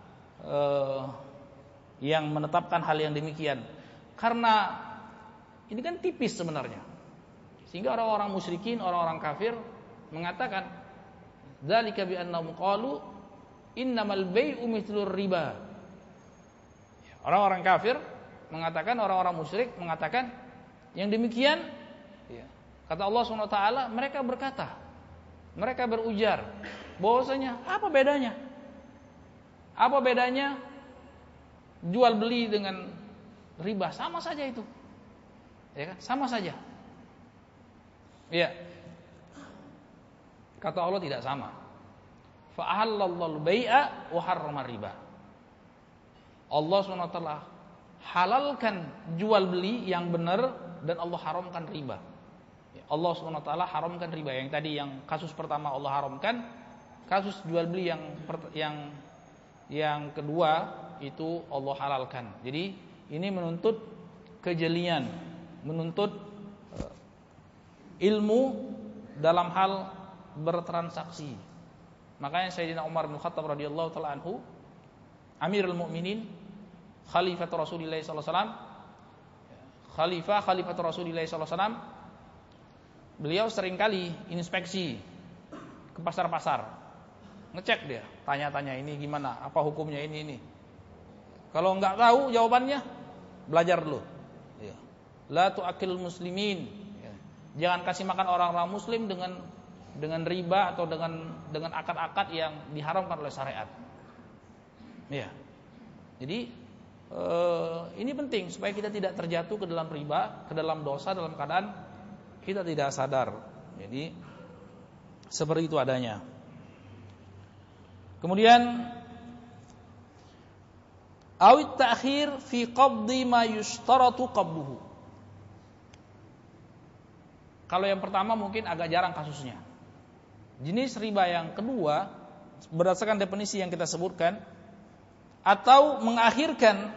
yang menetapkan hal yang demikian. Karena ini kan tipis sebenarnya. Sehingga orang-orang musyrikin, orang-orang kafir mengatakan dzalika bi annahum qalu innamal bai'u mithlur riba. Orang-orang kafir mengatakan, orang-orang musyrik mengatakan yang demikian, ya. Kata Allah Subhanahu wa taala, mereka berkata, mereka berujar bahwasanya apa bedanya? Apa bedanya jual beli dengan riba? Sama saja itu. Ya kan? Sama saja. Ya. Kata Allah tidak sama. Fa ahallallahu al-bai'a wa harrama riba. Allah SWT halalkan jual beli yang benar dan Allah haramkan riba. Allah SWT haramkan riba. Yang tadi yang kasus pertama Allah haramkan, kasus jual beli yang kedua itu Allah halalkan. Jadi ini menuntut kejelian, menuntut ilmu dalam hal bertransaksi. Makanya Sayyidina Umar bin Khattab radhiyallahu taala anhu, Amirul Mukminin, Khalifah Rasulullah sallallahu alaihi wasallam, Khalifah Rasulullah sallallahu alaihi wasallam, beliau seringkali inspeksi ke pasar-pasar, ngecek dia, tanya-tanya ini gimana, apa hukumnya ini. Kalau nggak tahu jawabannya, belajar dulu. Ya. La tu'akil muslimin. Ya. Jangan kasih makan orang-orang muslim dengan riba atau dengan akad-akad yang diharamkan oleh syariat. Ya. Jadi ini penting supaya kita tidak terjatuh ke dalam riba, ke dalam dosa dalam keadaan kita tidak sadar. Jadi seperti itu adanya. Kemudian awit ta'khir fi qabdi ma yushtaratu qabduhu. Kalau yang pertama mungkin agak jarang kasusnya. Jenis riba yang kedua berdasarkan definisi yang kita sebutkan, atau mengakhirkan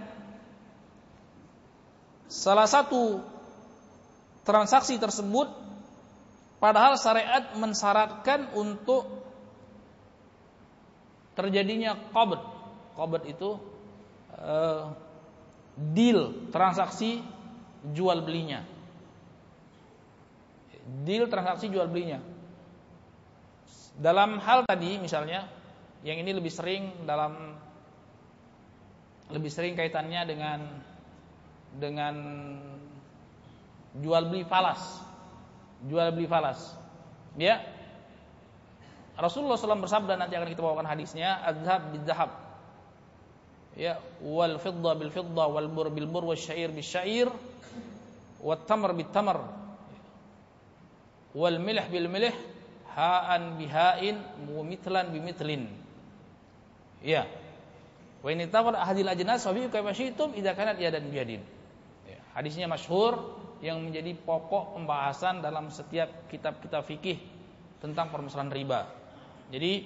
salah satu transaksi tersebut padahal syariat mensyaratkan untuk terjadinya qabd. Qabd itu deal, transaksi jual belinya. Deal transaksi jual belinya. Dalam hal tadi misalnya, yang ini lebih sering dalam lebih sering kaitannya dengan jual beli falas. Ya. Rasulullah SAW bersabda, nanti akan kita bawakan hadisnya, adzhab bidzahab. Ya, wal fidda bil fidda wal bur bil bur wasyair bis syair wat tamr bit tamr wal milh bil milh ha'an bihain wa mithlan bimithlin. Ya. Wa in tawar ahadil ajnas wa bi kayfa syi'tum idza kanat yadan biyadin. Ya, hadisnya masyhur yang menjadi pokok pembahasan dalam setiap kitab-kitab fikih tentang permasalahan riba. Jadi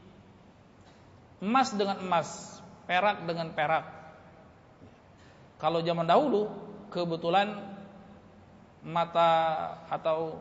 emas dengan emas, perak dengan perak. Kalau zaman dahulu kebetulan mata atau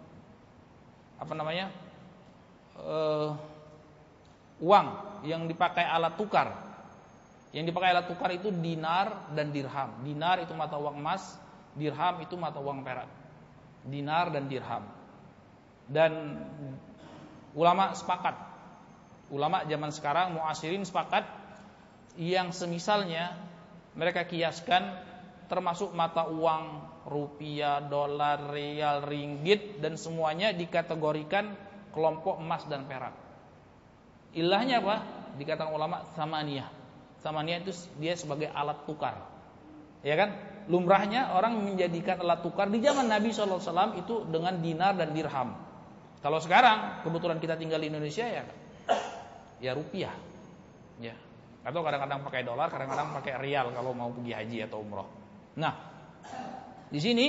uang yang dipakai alat tukar. Yang dipakai alat tukar itu dinar dan dirham. Dinar itu mata uang emas, dirham itu mata uang perak. Dinar dan dirham. Dan ulama zaman sekarang muasirin sepakat yang semisalnya mereka kiaskan termasuk mata uang rupiah, dolar, rial, ringgit dan semuanya dikategorikan kelompok emas dan perak. Ilahnya apa? Dikatakan ulama samaniyah. Samaniyah itu dia sebagai alat tukar. Ya kan? Lumrahnya orang menjadikan alat tukar di zaman Nabi SAW itu dengan dinar dan dirham. Kalau sekarang kebetulan kita tinggal di Indonesia ya rupiah. Ya. Atau kadang-kadang pakai dolar, kadang-kadang pakai rial kalau mau pergi haji atau umroh. Nah, di sini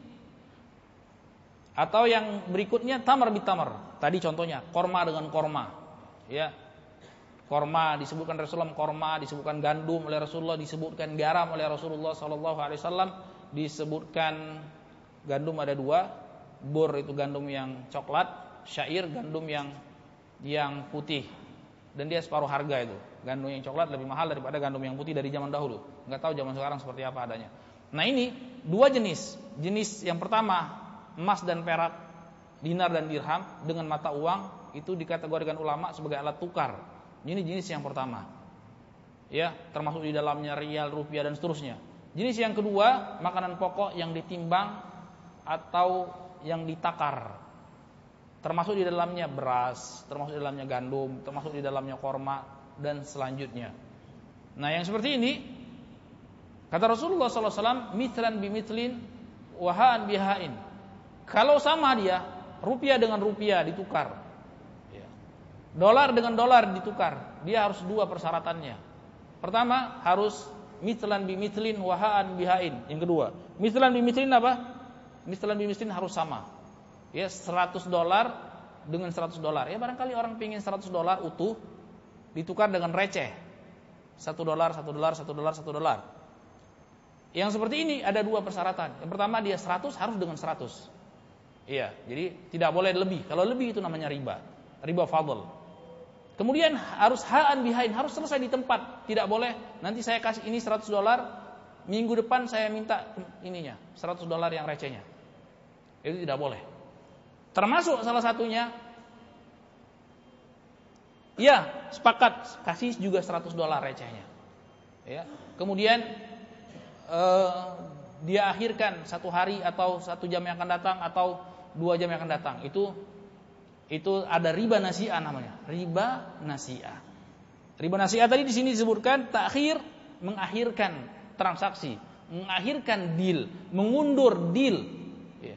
atau yang berikutnya tamar bitamar. Tadi contohnya korma dengan korma. Ya. Korma disebutkan Rasulullah, korma disebutkan gandum oleh Rasulullah, disebutkan garam oleh Rasulullah sallallahu alaihi wasallam, disebutkan gandum ada dua, bur itu gandum yang coklat, syair gandum yang putih. Dan dia separuh harga itu. Gandum yang coklat lebih mahal daripada gandum yang putih dari zaman dahulu. Enggak tahu zaman sekarang seperti apa adanya. Nah, ini dua jenis. Jenis yang pertama emas dan perak, dinar dan dirham dengan mata uang itu dikategorikan ulama sebagai alat tukar. Ini jenis yang pertama. Ya, termasuk di dalamnya rial, rupiah dan seterusnya. Jenis yang kedua, makanan pokok yang ditimbang atau yang ditakar. Termasuk di dalamnya beras, termasuk di dalamnya gandum, termasuk di dalamnya korma dan selanjutnya. Nah, yang seperti ini kata Rasulullah SAW, mithlan bimithlin wahaan bihain. Kalau sama dia, rupiah dengan rupiah ditukar. Dolar dengan dolar ditukar, dia harus dua persyaratannya. Pertama, harus mithlan bimithlin wahaan bihain. Yang kedua, mithlan bimithlin apa? Mithlan bimithlin harus sama. Ya, $100 dengan $100. Ya, barangkali orang pingin $100 utuh ditukar dengan receh. $1, $1, $1, $1. Yang seperti ini ada dua persyaratan. Yang pertama, dia 100 harus dengan 100. Iya, jadi tidak boleh lebih. Kalau lebih itu namanya riba. Riba fadl. Kemudian harus ha'an bihain, harus selesai di tempat. Tidak boleh nanti saya kasih ini $100, minggu depan saya minta ininya $100 yang recehnya. Itu tidak boleh. Termasuk salah satunya, ya sepakat kasih juga $100 recehnya. Ya. Kemudian dia akhirkan 1 hari atau 1 jam yang akan datang atau 2 jam yang akan datang. Itu ada riba nasi'ah namanya. Riba nasi'ah. Riba nasi'ah tadi di sini disebutkan takhir, mengakhirkan transaksi, mengakhirkan deal, mengundur deal. Ya.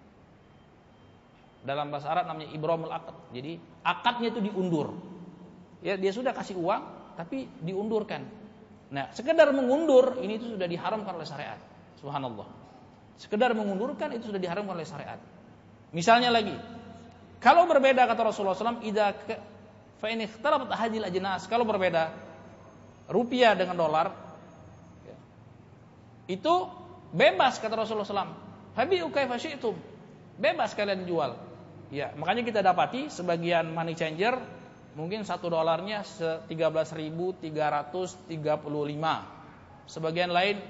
Dalam bahasa Arab namanya ibramul aqd. Jadi akadnya itu diundur. Ya, dia sudah kasih uang tapi diundurkan. Nah, sekedar mengundur ini itu sudah diharamkan oleh syariat. Subhanallah. Sekedar mengundurkan itu sudah diharamkan oleh syariat. Misalnya lagi, kalau berbeda kata Rasulullah SAW, idza fa in ikhtalafat hadhil ajnas, kalau berbeda rupiah dengan dolar, itu bebas kata Rasulullah SAW. Habi'u kaifa syi'tum, bebas kalian jual. Ya, makanya kita dapati sebagian money changer mungkin $1-nya 13.335, sebagian lain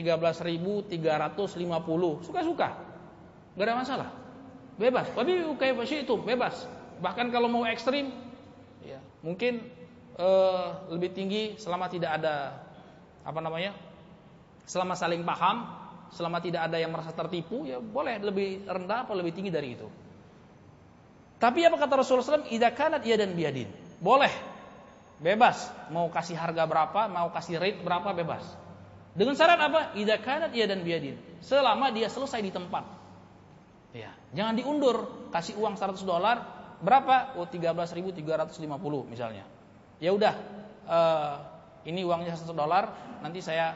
13.350, suka-suka, nggak ada masalah. Bebas, tapi kaifa syi'tum, bebas. Bahkan kalau mau ekstrim, ya, mungkin lebih tinggi selama tidak ada selama saling paham, selama tidak ada yang merasa tertipu, ya boleh lebih rendah atau lebih tinggi dari itu. Tapi apa kata Rasulullah SAW? Idza kanat yadan biyadin. Boleh, bebas. Mau kasih harga berapa, mau kasih rate berapa, bebas. Dengan syarat apa? Idza kanat yadan biyadin. Selama dia selesai di tempat. Ya, jangan diundur. Kasih uang $100, berapa? Oh, 13.350 misalnya. Ya udah, ini uangnya $100, nanti saya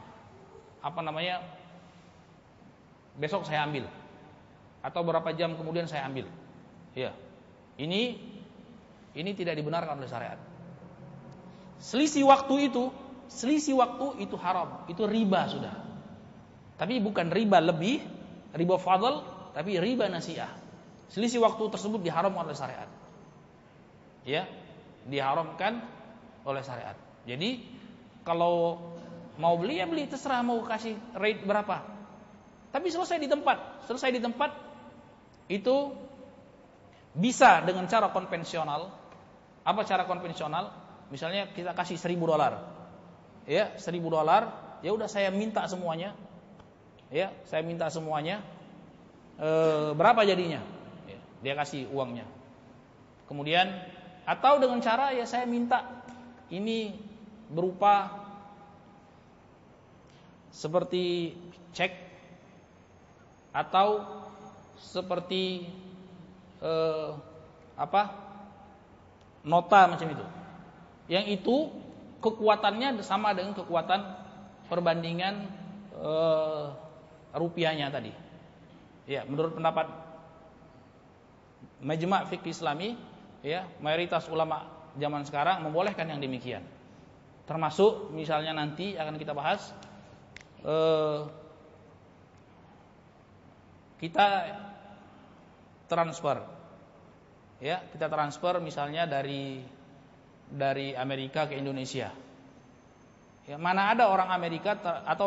besok saya ambil. Atau berapa jam kemudian saya ambil. Ya. Ini tidak dibenarkan oleh syariat. Selisih waktu itu haram, itu riba sudah. Tapi bukan riba lebih, riba fadl, tapi riba nasiah. Selisih waktu tersebut diharamkan oleh syariat. Ya, diharamkan oleh syariat. Jadi kalau mau beli ya beli, terserah mau kasih rate berapa. Tapi selesai di tempat itu bisa dengan cara konvensional. Apa cara konvensional? Misalnya kita kasih $1.000. Ya, $1.000, ya udah saya minta semuanya. Ya, saya minta semuanya. Berapa jadinya? Ya, dia kasih uangnya. Kemudian atau dengan cara ya saya minta ini berupa seperti cek atau seperti nota macam itu. Yang itu kekuatannya sama dengan kekuatan perbandingan rupiahnya tadi. Ya, menurut pendapat Majma' Fiqh Islami, ya, mayoritas ulama zaman sekarang membolehkan yang demikian. Termasuk misalnya nanti akan kita bahas kita transfer. Ya, kita transfer misalnya dari Amerika ke Indonesia. Ya, mana ada orang Amerika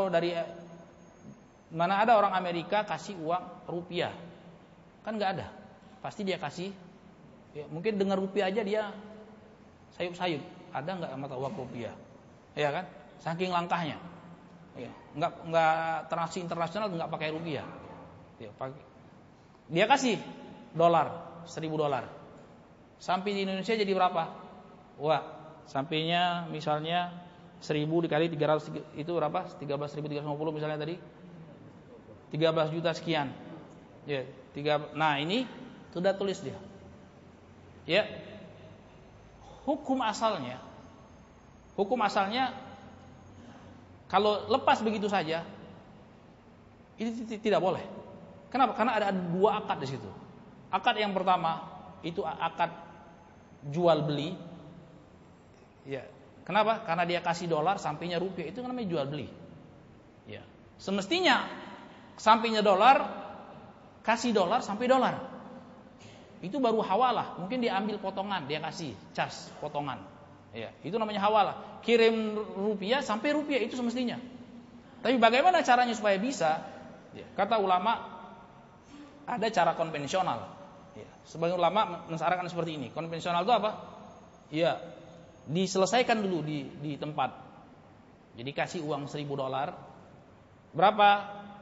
kasih uang rupiah? Kan nggak ada. Pasti dia kasih. Ya, mungkin dengar rupiah aja dia sayup-sayup. Ada nggak mata uang rupiah? Ya kan? Saking langkahnya. Ya, nggak transaksi internasional nggak pakai rupiah. Ya, dia kasih $1.000. Sampai di Indonesia jadi berapa? Wah, sampainya misalnya 1.000 dikali 300 itu berapa? 13.350 misalnya tadi. 13 juta sekian. Ya, nah ini sudah tulis dia. Ya. Hukum asalnya kalau lepas begitu saja itu tidak boleh. Kenapa? Karena ada dua akad di situ. Akad yang pertama itu akad jual beli. Ya. Kenapa? Karena dia kasih $, sampainya rupiah, itu namanya jual beli. Ya. Semestinya sampainya $, kasih $, sampai $. Itu baru hawalah. Mungkin dia ambil potongan, dia kasih charge potongan. Ya, itu namanya hawalah. Kirim rupiah sampai rupiah, itu semestinya. Tapi bagaimana caranya supaya bisa? Ya, kata ulama ada cara konvensional. Ya, sebagian ulama mensyaratkan seperti ini. Konvensional itu apa? Ya, diselesaikan dulu di tempat. Jadi kasih uang $1.000. Berapa?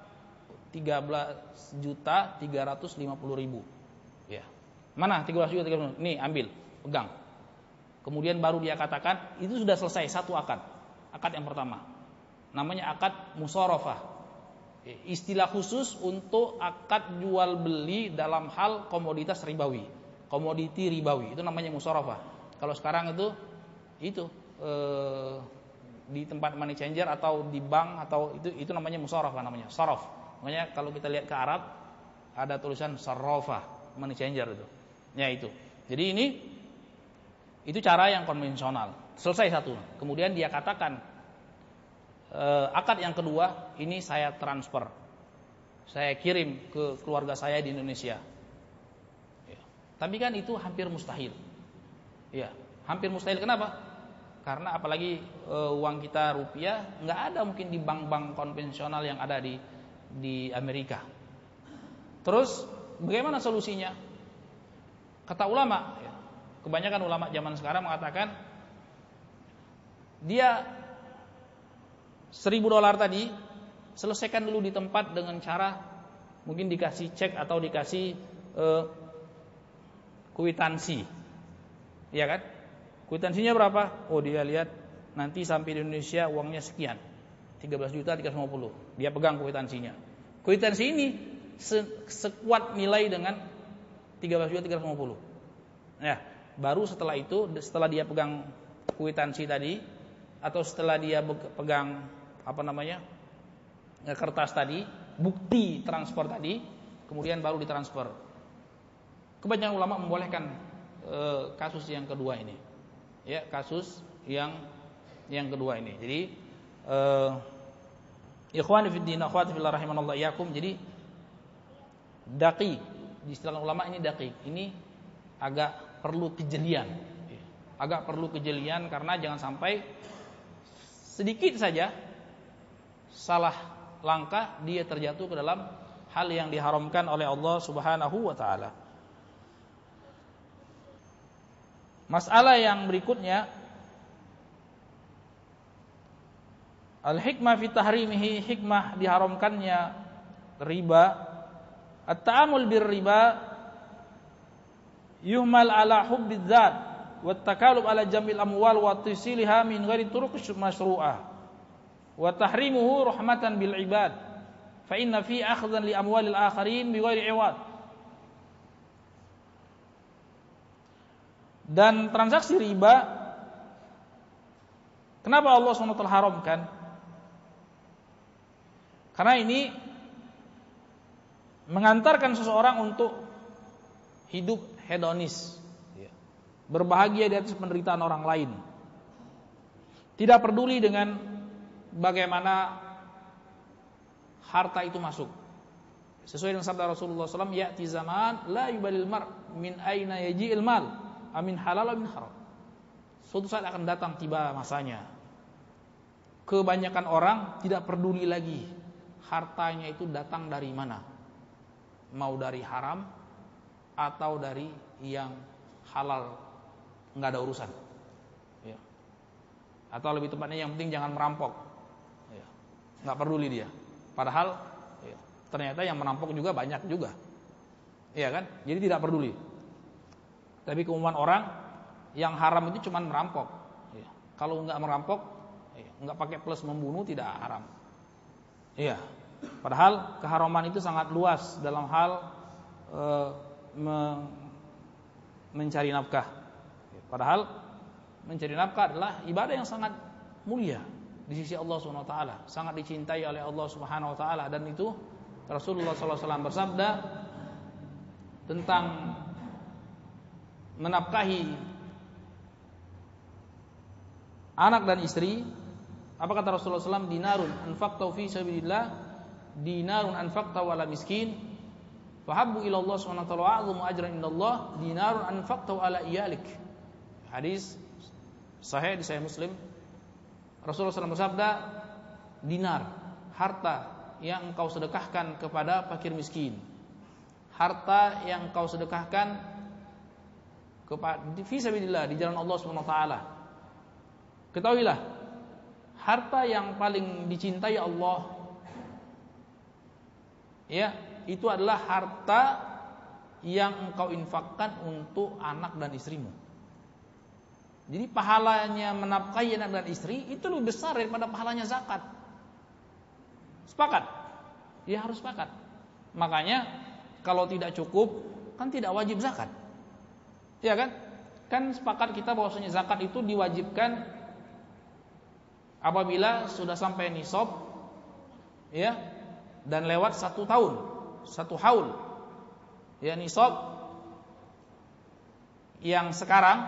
13.350.000. Ya. Mana 13.350.000? Nih, ambil, pegang. Kemudian baru dia katakan itu sudah selesai satu akad. Akad yang pertama. Namanya akad musharafah. Istilah khusus untuk akad jual beli dalam hal komoditas ribawi. Komoditi ribawi, itu namanya musharafah. Kalau sekarang itu di tempat money changer atau di bank atau itu namanya musharafah, namanya saraf. Makanya kalau kita lihat ke Arab ada tulisan sarafah, money changer itu. Ya itu. Jadi itu cara yang konvensional. Selesai satu. Kemudian dia katakan akad yang kedua ini saya transfer. Saya kirim ke keluarga saya di Indonesia. Ya. Tapi kan itu hampir mustahil. Ya, hampir mustahil. Kenapa? Karena apalagi uang kita rupiah nggak ada mungkin di bank-bank konvensional yang ada di Amerika. Terus bagaimana solusinya? Kata ulama, ya, kebanyakan ulama zaman sekarang mengatakan dia $1.000 tadi, selesaikan dulu di tempat dengan cara mungkin dikasih cek atau dikasih kwitansi. Iya kan? Kwitansinya berapa? Oh, dia lihat nanti sampai di Indonesia uangnya sekian. 13.350. Dia pegang kwitansinya. Kwitansi ini sekuat nilai dengan 13.350. Ya, baru setelah itu, setelah dia pegang kwitansi tadi atau setelah dia pegang kertas tadi, bukti transfer tadi, kemudian baru ditransfer. Kebanyakan ulama membolehkan kasus yang kedua ini. Ya, kasus yang kedua ini. Jadi ikhwani fid din, akhwati fillah rahimanallah iyyakum. Jadi daqiq, di istilah ulama ini daqiq. Ini agak perlu kejelian. Agak perlu kejelian karena jangan sampai sedikit saja salah langkah dia terjatuh ke dalam hal yang diharamkan oleh Allah Subhanahu wa taala. Masalah yang berikutnya, al-hikmah fi tahrimihi, hikmah diharamkannya riba. At-ta'amul bir riba yuhmal ala hubbiz zat wa takalub ala jamil amwal wa tisiliha min ghairi turuq masyru'ah wa tahrimuhu rahmatan bil ibad fa inna fi akhdhan li amwalil akharin bi ghairi iwad. Dan transaksi riba, kenapa Allah SWT haramkan? Karena ini mengantarkan seseorang untuk hidup hedonis, berbahagia di atas penderitaan orang lain, tidak peduli dengan bagaimana harta itu masuk. Sesuai dengan sabda Rasulullah SAW, ya'ti zaman la yubalil mar min aina yaji'il mal amin halal amin haram. Suatu saat akan datang, tiba masanya, kebanyakan orang tidak peduli lagi hartanya itu datang dari mana, mau dari haram atau dari yang halal, nggak ada urusan, ya. Atau lebih tepatnya yang penting jangan merampok, ya. Nggak peduli dia. Padahal ya, ternyata yang merampok juga banyak juga, iya kan? Jadi tidak peduli. Tapi keumuman orang yang haram itu cuma merampok, ya. Kalau nggak merampok, ya, nggak pakai plus membunuh tidak haram, iya. Padahal keharaman itu sangat luas dalam hal mencari nafkah. Padahal mencari nafkah adalah ibadah yang sangat mulia di sisi Allah Subhanahu wa taala, sangat dicintai oleh Allah Subhanahu wa taala, dan itu Rasulullah sallallahu alaihi wasallam bersabda tentang menafkahi anak dan istri. Apa kata Rasulullah SAW? Dinarun anfaqta fi sabilillah, dinarun anfaqta wala miskin, fahabbu ila Allah subhanahu wa ta'ala wa a'zamu ajran indallah dinarun anfaqta ala iyalik. Hadis sahih di Sahih Muslim. Rasulullah SAW bersabda, dinar, harta yang engkau sedekahkan kepada fakir miskin, harta yang engkau sedekahkan kepada fi sabilillah, di jalan Allah Subhanahu wa taala. Ketahuilah, harta yang paling dicintai Allah, ya, itu adalah harta yang engkau infakkan untuk anak dan istrimu. Jadi pahalanya menafkahi anak dan istri itu lebih besar daripada pahalanya zakat. Sepakat? Ya, harus sepakat. Makanya kalau tidak cukup kan tidak wajib zakat. Ya kan? Kan sepakat kita bahwasanya zakat itu diwajibkan apabila sudah sampai nisab, ya, dan lewat 1 tahun, 1 haul. Ya, nisab yang sekarang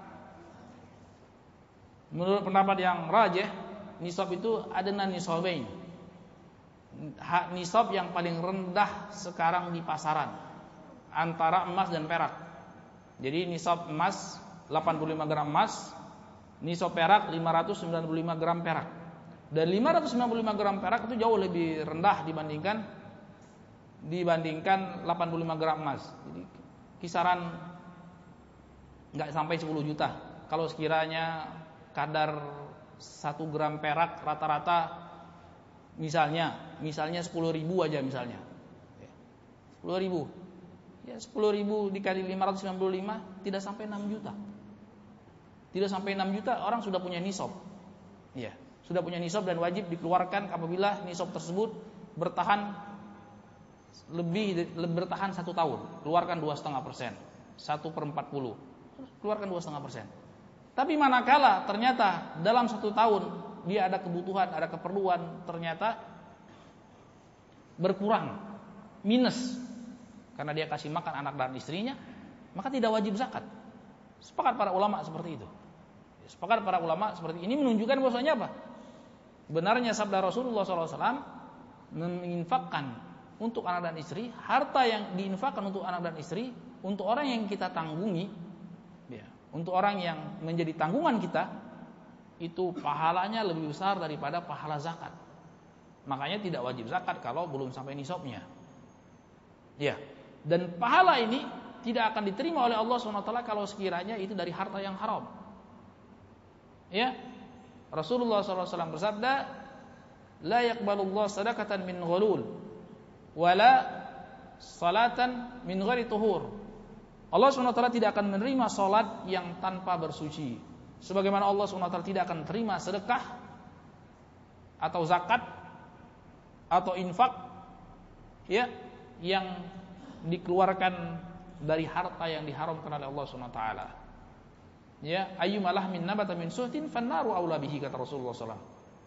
menurut pendapat yang rajih, nisab itu adna nisabain. Nisab yang paling rendah sekarang di pasaran antara emas dan perak. Jadi nisab emas 85 gram emas, nisab perak 595 gram perak. Dan 595 gram perak itu jauh lebih rendah dibandingkan 85 gram emas. Jadi kisaran enggak sampai 10 juta. Kalau sekiranya kadar 1 gram perak rata-rata Misalnya 10.000 aja misalnya. 10.000. Ya 10.000 dikali 595 tidak sampai 6 juta. Tidak sampai 6 juta orang sudah punya nisab. Ya, sudah punya nisab dan wajib dikeluarkan apabila nisab tersebut bertahan 1 tahun. Keluarkan 2,5%. 1/40. Keluarkan 2,5%. Tapi manakala ternyata dalam 1 tahun dia ada kebutuhan, ada keperluan, ternyata berkurang, minus, karena dia kasih makan anak dan istrinya, maka tidak wajib zakat. Sepakat para ulama seperti itu. Sepakat para ulama seperti ini menunjukkan bahwasanya apa? Benarnya sabda Rasulullah SAW menginfakkan untuk anak dan istri, harta yang diinfakkan untuk anak dan istri, untuk orang yang kita tanggungi, ya, untuk orang yang menjadi tanggungan kita, itu pahalanya lebih besar daripada pahala zakat. Makanya tidak wajib zakat kalau belum sampai nisabnya. Ya. Dan pahala ini tidak akan diterima oleh Allah SWT kalau sekiranya itu dari harta yang haram. Ya. Rasulullah SAW bersabda, "La yaqbalullahu shadaqatan min ghulul wala salatan min ghairi tuhur." Allah SWT tidak akan menerima salat yang tanpa bersuci. Sebagaimana Allah SWT tidak akan terima sedekah atau zakat atau infak, ya, yang dikeluarkan dari harta yang diharamkan oleh Allah SWT. Ya, ayyumalah min nabata min suhtin fannaru aula bihi, kata Rasulullah SAW.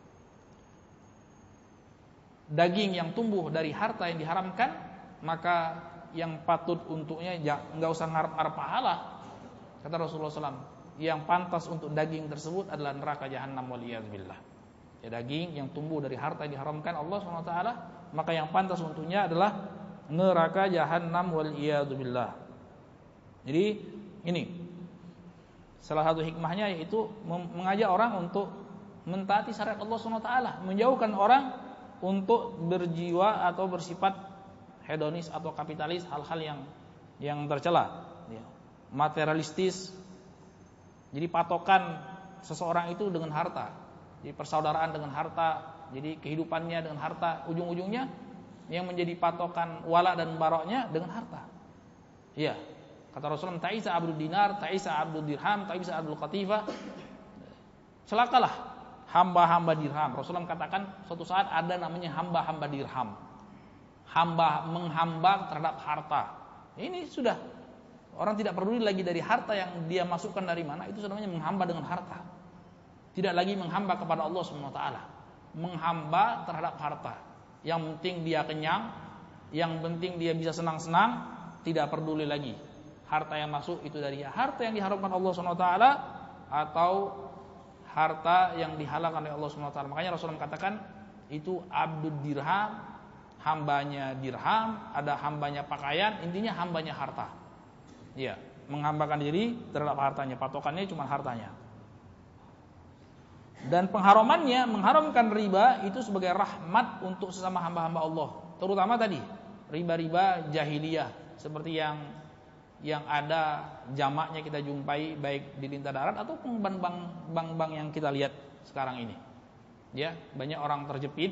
Daging yang tumbuh dari harta yang diharamkan, maka yang patut untuknya enggak usah ngarep-ngarep pahala, kata Rasulullah SAW. Yang pantas untuk daging tersebut adalah neraka jahanam waliyadzubillah. Ya, daging yang tumbuh dari harta yang diharamkan Allah SWT, maka yang pantas untuknya adalah neraka jahanam waliyadzubillah. Jadi ini salah satu hikmahnya, yaitu mengajak orang untuk mentaati syariat Allah SWT, menjauhkan orang untuk berjiwa atau bersifat hedonis atau kapitalis, hal-hal yang tercela, ya, materialistis. Jadi patokan seseorang itu dengan harta, jadi persaudaraan dengan harta, jadi kehidupannya dengan harta, ujung-ujungnya yang menjadi patokan wala dan baroknya dengan harta. Ya, kata Rasulullah, ta'isa abdul dinar, ta'isa abdul dirham, ta'isa abdul qatifah. Celakalah hamba-hamba dirham. Rasulullah katakan suatu saat ada namanya hamba-hamba dirham, hamba menghamba terhadap harta. Ini sudah, orang tidak peduli lagi dari harta yang dia masukkan dari mana, itu namanya menghamba dengan harta. Tidak lagi menghamba kepada Allah SWT, menghamba terhadap harta. Yang penting dia kenyang, yang penting dia bisa senang-senang, tidak peduli lagi harta yang masuk itu dari harta yang diharamkan Allah SWT atau harta yang dihalalkan oleh Allah SWT. Makanya Rasulullah katakan itu abdul dirham, hambanya dirham, ada hambanya pakaian, intinya hambanya harta. Ya, menghambakan diri terhadap hartanya, patokannya cuma hartanya. Dan pengharamannya, mengharamkan riba itu sebagai rahmat untuk sesama hamba-hamba Allah. Terutama tadi riba-riba jahiliyah seperti yang ada jamaknya kita jumpai baik di lintah darat ataupun bank-bank yang kita lihat sekarang ini. Ya, banyak orang terjepit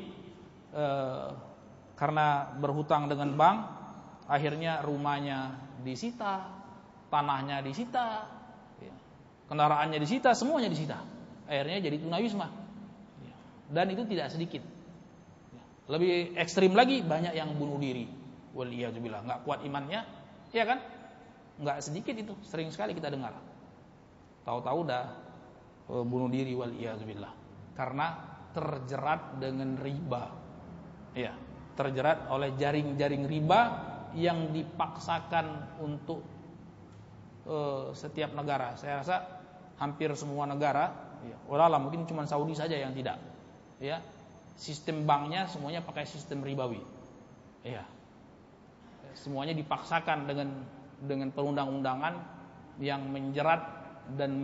karena berhutang dengan bank, akhirnya rumahnya disita, tanahnya disita, kendaraannya disita, semuanya disita. Akhirnya jadi tunawisma. Dan itu tidak sedikit. Lebih ekstrim lagi, banyak yang bunuh diri. Waliyadzubillah, enggak kuat imannya, ya kan? Enggak sedikit itu, sering sekali kita dengar. Tahu-tahu udah bunuh diri, waliyadzubillah, karena terjerat dengan riba. Ya, terjerat oleh jaring-jaring riba yang dipaksakan untuk setiap negara. Saya rasa hampir semua negara, ya, walau mungkin cuma Saudi saja yang tidak. Ya, sistem banknya semuanya pakai sistem ribawi. Ya, semuanya dipaksakan dengan perundang-undangan yang menjerat dan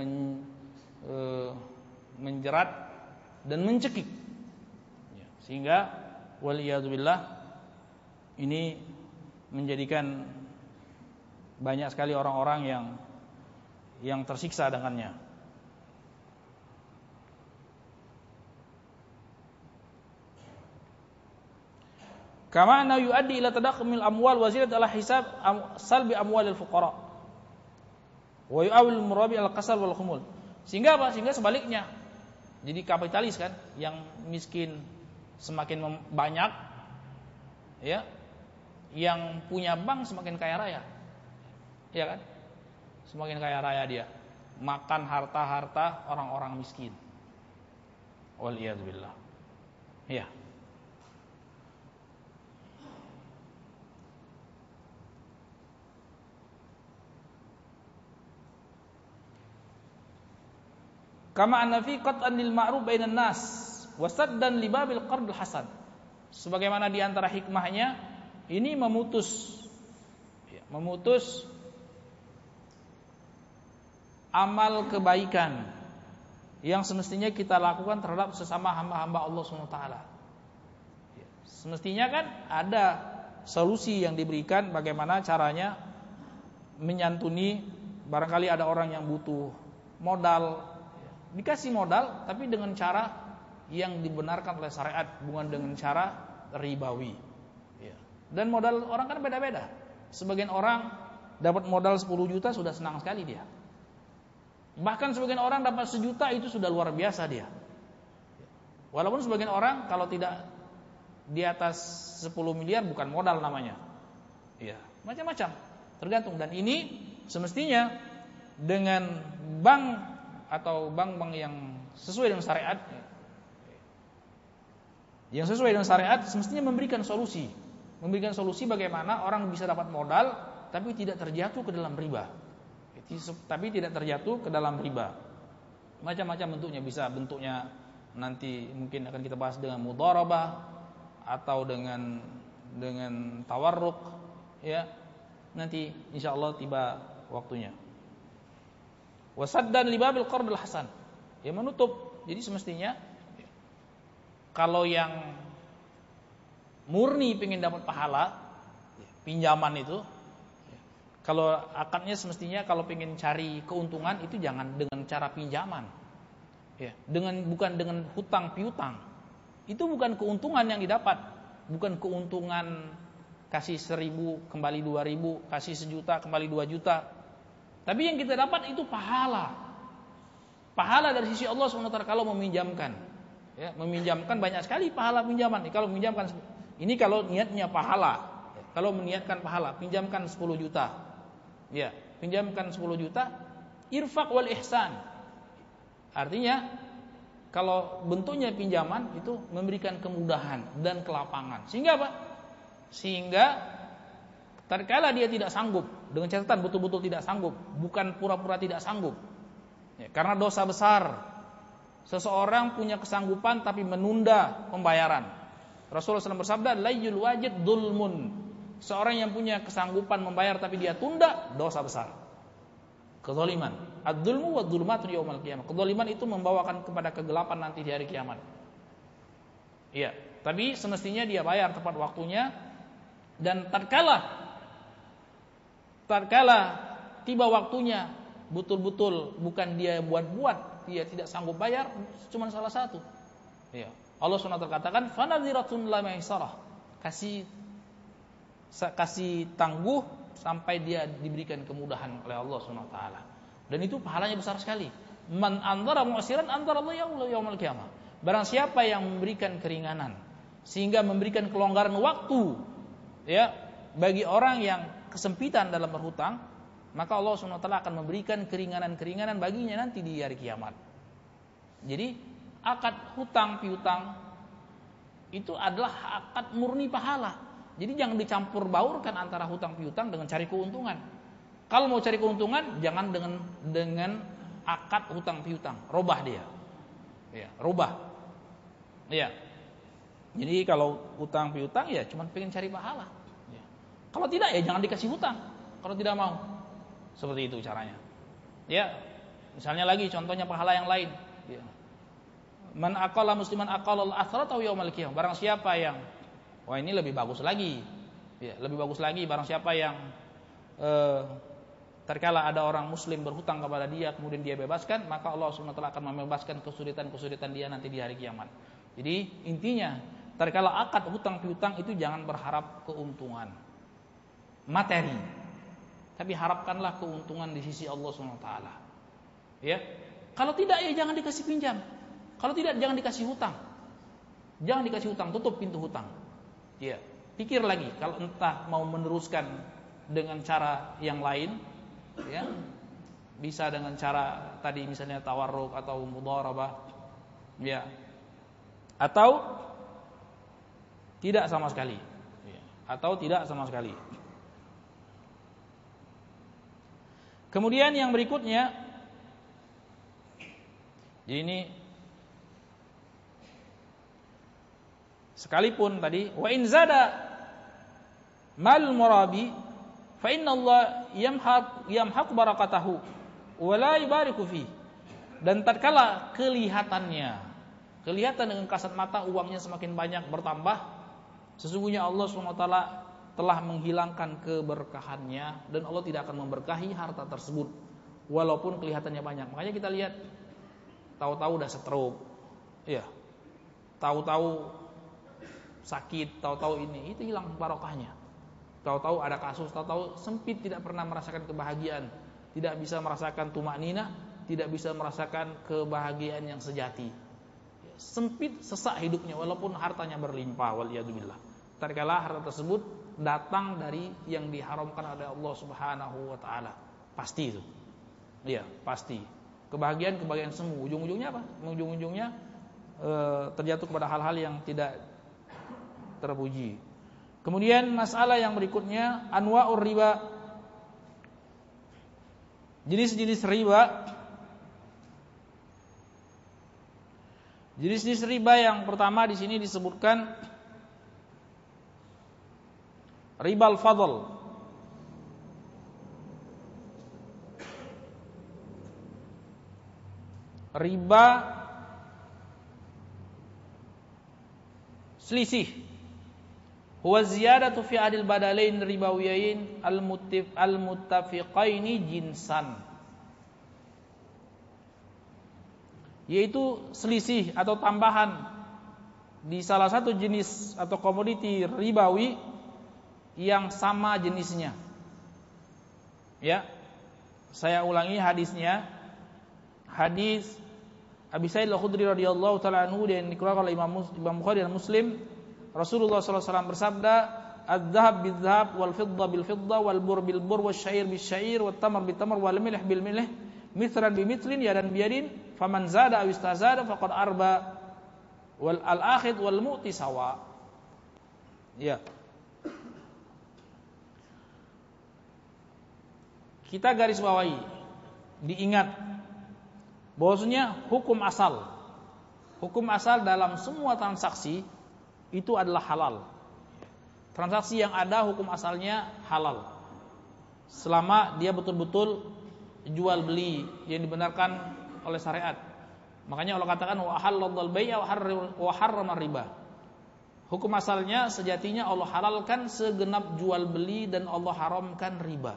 mencekik. Ya, sehingga waliyadzubillah ini menjadikan banyak sekali orang-orang yang tersiksa dengannya. Kama anna yuaddi ila tadakhumil amwal wa ziyadat ala hisab salbi amwalil fuqara. Wa yu'awil murabi al kasal wal khumul. Sehingga apa? Sehingga sebaliknya. Jadi kapitalis kan, yang miskin semakin banyak, ya. Yang punya bank semakin kaya raya. Ya kan? Semakin kaya raya dia. Makan harta-harta orang-orang miskin. Wal iyad billah. Ya. Kama anna fi qat'an lil ma'ruf bainan nas wa saddan li babil qardil hasan. Sebagaimana di antara hikmahnya ini memutus amal kebaikan yang semestinya kita lakukan terhadap sesama hamba-hamba Allah Subhanahu wa taala. Semestinya kan ada solusi yang diberikan bagaimana caranya menyantuni, barangkali ada orang yang butuh modal, dikasih modal tapi dengan cara yang dibenarkan oleh syariat, bukan dengan cara ribawi. Dan modal orang kan beda-beda. Sebagian orang dapat modal 10 juta sudah senang sekali dia. Bahkan sebagian orang dapat 1 juta itu sudah luar biasa dia. Walaupun sebagian orang kalau tidak di atas 10 miliar bukan modal namanya. Ya, macam-macam. Tergantung, dan ini semestinya dengan bank atau bank-bank yang sesuai dengan syariat, semestinya memberikan solusi bagaimana orang bisa dapat modal tapi tidak terjatuh ke dalam riba. Macam-macam bentuknya, bisa bentuknya nanti mungkin akan kita bahas dengan mudharabah atau dengan tawarruk, ya. Nanti insyaallah tiba waktunya. Wasaddan libabil qardil hasan. Ya, menutup. Jadi semestinya kalau yang murni pengen dapat pahala pinjaman itu, kalau akadnya semestinya kalau pengen cari keuntungan itu jangan dengan cara pinjaman. Ya, bukan dengan hutang piutang. Itu bukan keuntungan yang didapat, bukan keuntungan kasih 1.000 kembali 2.000, kasih 1 juta kembali 2 juta. Tapi yang kita dapat itu pahala. Pahala dari sisi Allah SWT kalau meminjamkan. Ya, meminjamkan banyak sekali pahala pinjaman. Kalau meminjamkan ini kalau niatnya pahala. Kalau meniatkan pahala, pinjamkan 10 juta. Ya, pinjamkan 10 juta, irfaq wal ihsan. Artinya kalau bentuknya pinjaman itu memberikan kemudahan dan kelapangan. Sehingga apa? Sehingga tatkala dia tidak sanggup, dengan catatan betul-betul tidak sanggup, bukan pura-pura tidak sanggup. Ya, karena dosa besar. Seseorang punya kesanggupan tapi menunda pembayaran. Rasulullah SAW bersabda, layyul wajid dzulmun. Seorang yang punya kesanggupan membayar tapi dia tunda, dosa besar. Kezaliman. Ad-dzulmu wa dzulmatun yaumil qiyamah. Kezaliman itu membawakan kepada kegelapan nanti di hari kiamat. Iya, tapi semestinya dia bayar tepat waktunya, dan tatkala tiba waktunya betul-betul bukan dia buat-buat, dia tidak sanggup bayar, cuma salah satu. Iya. Allah SWT katakan fanadhiratun la maisarah. Kasih tangguh sampai dia diberikan kemudahan oleh Allah SWT. Dan itu pahalanya besar sekali. Man antara mu'siran antara Allah yaumul qiyamah. Barang siapa yang memberikan keringanan sehingga memberikan kelonggaran waktu, ya, bagi orang yang kesempitan dalam berhutang, maka Allah SWT akan memberikan keringanan-keringanan baginya nanti di hari kiamat. Jadi akad hutang piutang itu adalah akad murni pahala. Jadi jangan dicampur baurkan antara hutang piutang dengan cari keuntungan. Kalau mau cari keuntungan jangan dengan akad hutang piutang, robah dia. Ya, robah. Ya. Jadi kalau hutang piutang ya cuma pengen cari pahala. Ya. Kalau tidak ya jangan dikasih hutang. Kalau tidak mau. Seperti itu caranya. Ya. Misalnya lagi contohnya pahala yang lain. Ya. Man aqalla musliman aqallal athrata yaumal qiyamah. Barang siapa yang ini lebih bagus lagi. Ya, lebih bagus lagi barang siapa yang terkala ada orang muslim berhutang kepada dia kemudian dia bebaskan, maka Allah SWT akan membebaskan kesulitan-kesulitan dia nanti di hari kiamat. Jadi intinya tatkala akad hutang piutang itu jangan berharap keuntungan materi, tapi harapkanlah keuntungan di sisi Allah SWT. Ya, kalau tidak ya jangan dikasih pinjam, kalau tidak jangan dikasih hutang, jangan dikasih hutang, tutup pintu hutang. Ya, pikir lagi kalau entah mau meneruskan dengan cara yang lain, ya, bisa dengan cara tadi misalnya tawarruk atau mudharabah, ya, atau tidak sama sekali, ya, atau tidak sama sekali. Kemudian yang berikutnya, ini sekalipun tadi wa in zada mal murabi fa inna Allah yamhaq barakatahu wa la yubariku fi. Dan tatkala kelihatan dengan kasat mata uangnya semakin banyak bertambah, sesungguhnya Allah SWT telah menghilangkan keberkahannya dan Allah tidak akan memberkahi harta tersebut walaupun kelihatannya banyak. Makanya kita lihat tahu-tahu udah stroke, ya, tahu-tahu sakit, tahu-tahu ini, itu hilang barokahnya. Tahu-tahu ada kasus, tahu-tahu sempit, tidak pernah merasakan kebahagiaan, tidak bisa merasakan tumaknina, tidak bisa merasakan kebahagiaan yang sejati. Sempit, sesak hidupnya walaupun hartanya berlimpah, waliyadzubillah. Tatkala harta tersebut datang dari yang diharamkan oleh Allah Subhanahu wa taala. Pasti itu. Iya, pasti. Kebahagiaan semu. Ujung-ujungnya apa? Ujung-ujungnya terjatuh kepada hal-hal yang tidak terpuji. Kemudian masalah yang berikutnya, anwa'ur riba. Jenis-jenis riba. Jenis-jenis riba yang pertama di sini disebutkan ribal fadl. Riba selisih. Huwa ziyadatu fi adil badalain ribawiyain al-muttafiqaini jinsan. Yaitu selisih atau tambahan di salah satu jenis atau komoditi ribawi yang sama jenisnya. Ya, saya ulangi hadisnya. Hadis Abi Sa'id Al-Khudri radhiyallahu taala anhu dan dikeluarkan oleh Imam Bukhari dan Muslim. Rasulullah sallallahu alaihi wasallam bersabda, "Adz-dzahab bil-dzahab wal fidda bil-fidda wal bur bil-bur wasyair bis-syair wat tamr bil-tamr wal milh bil-milh mithran bi-mithlin yadan biyadin faman zada aw istazada faqad arba wal al-akhid wal mu'ti sawa." Ya. Kita garis bawahi, diingat bahwasanya hukum asal dalam semua transaksi itu adalah halal. Transaksi yang ada hukum asalnya halal selama dia betul-betul jual beli yang dibenarkan oleh syariat. Makanya Allah katakan wa halal bai'a wa harrama riba. Hukum asalnya sejatinya Allah halalkan segenap jual beli dan Allah haramkan riba.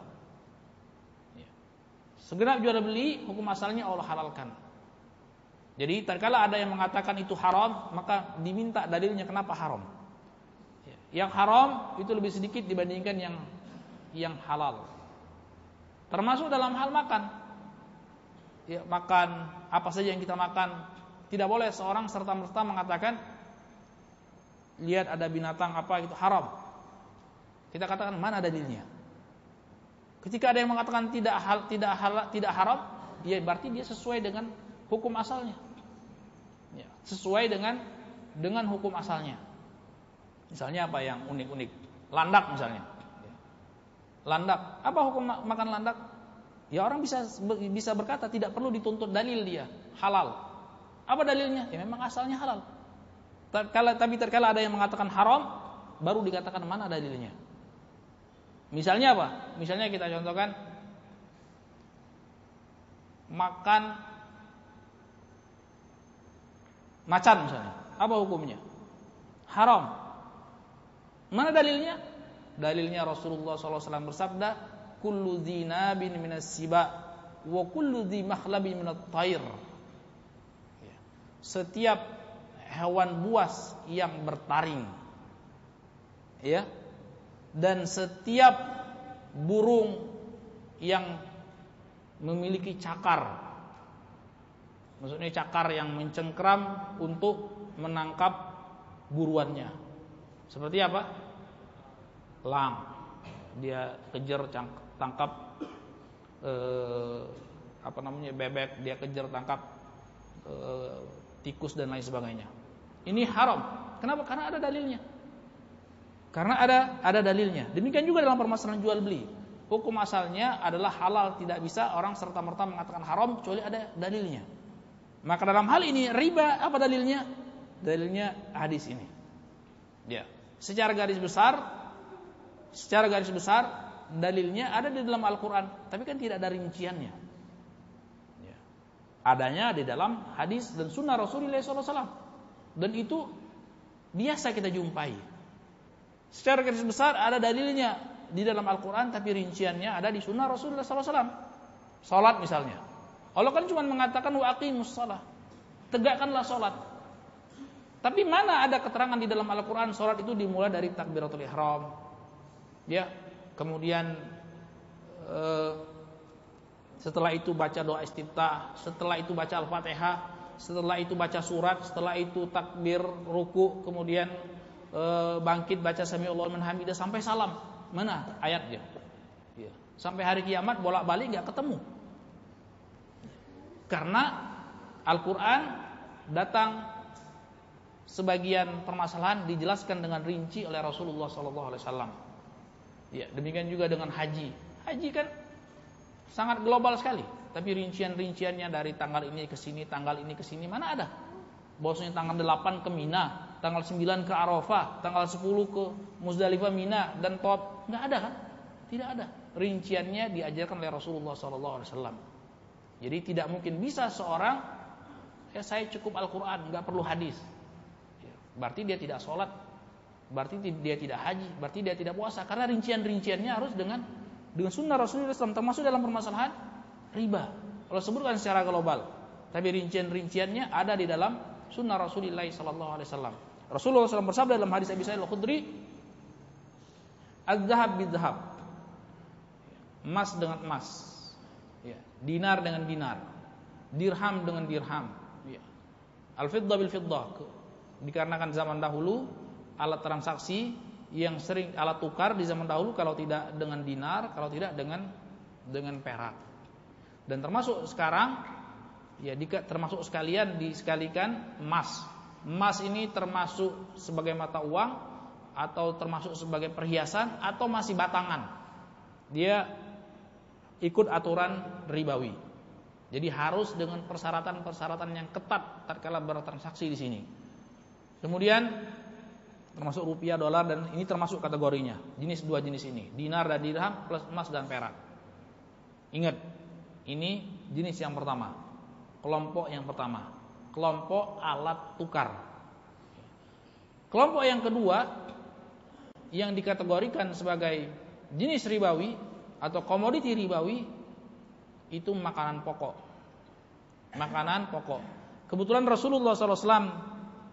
Segenap jual beli hukum asalnya Allah halalkan. Jadi tatkala ada yang mengatakan itu haram, maka diminta dalilnya kenapa haram. Yang haram itu lebih sedikit dibandingkan yang halal. Termasuk dalam hal makan. Ya, makan apa saja yang kita makan, tidak boleh seorang serta-merta mengatakan lihat ada binatang apa itu haram. Kita katakan mana dalilnya? Ketika ada yang mengatakan tidak haram, ya berarti dia sesuai dengan hukum asalnya. Ya, sesuai dengan hukum asalnya. Misalnya apa yang unik-unik? Landak misalnya. Landak. Apa hukum makan landak? Ya orang bisa berkata tidak perlu dituntut dalil dia halal. Apa dalilnya? Ya memang asalnya halal. Tapi terkala ada yang mengatakan haram, baru dikatakan mana dalilnya. Misalnya apa? Misalnya kita contohkan makan macan misalnya. Apa hukumnya? Haram. Mana dalilnya? Dalilnya Rasulullah SAW bersabda, kullu dzinabin minas siba wa kullu dzi makhlabin minat thair. Setiap hewan buas yang bertaring, ya, dan setiap burung yang memiliki cakar, maksudnya cakar yang mencengkram untuk menangkap buruannya. Seperti apa? Elang, dia kejar tangkap bebek, dia kejar tangkap tikus dan lain sebagainya. Ini haram. Kenapa? Karena ada dalilnya. Karena ada dalilnya. Demikian juga dalam permasalahan jual beli. Hukum asalnya adalah halal, tidak bisa orang serta-merta mengatakan haram kecuali ada dalilnya. Maka dalam hal ini riba, apa dalilnya? Dalilnya hadis ini. Ya, secara garis besar dalilnya ada di dalam Al-Qur'an, tapi kan tidak ada rinciannya. Ya. Adanya di dalam hadis dan sunnah Rasulullah SAW. Dan itu biasa kita jumpai. Secara garis besar ada dalilnya di dalam Al-Qur'an, tapi rinciannya ada di sunnah Rasulullah SAW. Salat misalnya, Allah kan cuma mengatakan wa aqimus shalah, tegakkanlah salat. Tapi mana ada keterangan di dalam Al-Qur'an salat itu dimulai dari takbiratul ihram, ya, kemudian setelah itu baca doa istiftah, setelah itu baca Al-Fatihah, setelah itu baca surat, setelah itu takbir ruku, kemudian bangkit baca sami'allahu liman hamidah sampai salam. Mana ayatnya? Ya. Sampai hari kiamat bolak-balik enggak ketemu. Karena Al-Qur'an datang sebagian permasalahan dijelaskan dengan rinci oleh Rasulullah SAW. Ya, demikian juga dengan haji. Haji kan sangat global sekali, tapi rincian-rinciannya dari tanggal ini ke sini, tanggal ini ke sini mana ada? Bahwasanya tanggal 8 ke Mina, tanggal 9 ke Arafah, tanggal 10 ke Muzdalifah Mina dan Tawaf, enggak ada kan? Tidak ada. Rinciannya diajarkan oleh Rasulullah SAW. Jadi tidak mungkin bisa seorang saya cukup Al-Qur'an, enggak perlu hadis. Berarti dia tidak sholat, berarti dia tidak haji, berarti dia tidak puasa. Karena rincian-rinciannya harus dengan sunnah Rasulullah SAW, termasuk dalam permasalahan riba. Kalau sebutkan secara global, tapi rincian-rinciannya ada di dalam sunnah Rasulullah SAW. Rasulullah SAW bersabda dalam hadis Abi Sa'id Al-Khudri, "Az-zahab bidz-zahab." Emas dengan emas, ya. Dinar dengan dinar, dirham dengan dirham, ya. Al-fiddah bil fiddah. Dikarenakan zaman dahulu alat transaksi yang sering alat tukar di zaman dahulu kalau tidak dengan dinar, kalau tidak dengan perak. Dan termasuk sekarang ya termasuk sekalian disekalikan emas. Emas ini termasuk sebagai mata uang atau termasuk sebagai perhiasan atau masih batangan. Dia ikut aturan ribawi. Jadi harus dengan persyaratan-persyaratan yang ketat tatkala bertransaksi di sini. Kemudian termasuk rupiah, dolar, dan ini termasuk kategorinya. Dua jenis ini, dinar dan dirham plus emas dan perak. Ingat, ini jenis yang pertama, kelompok yang pertama, kelompok alat tukar. Kelompok yang kedua yang dikategorikan sebagai jenis ribawi atau komoditi ribawi itu makanan pokok. Makanan pokok. Kebetulan Rasulullah SAW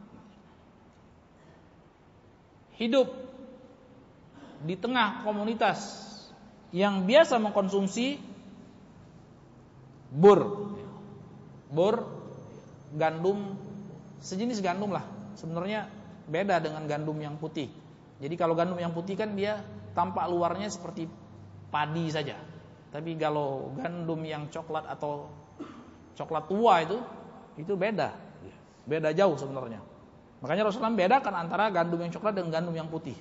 hidup di tengah komunitas yang biasa mengkonsumsi bur, gandum, sejenis gandum lah. Sebenarnya beda dengan gandum yang putih. Jadi kalau gandum yang putih kan dia tampak luarnya seperti padi saja. Tapi kalau gandum yang coklat atau coklat tua itu beda. Beda jauh sebenarnya. Makanya Rasulullah bedakan antara gandum yang coklat dengan gandum yang putih.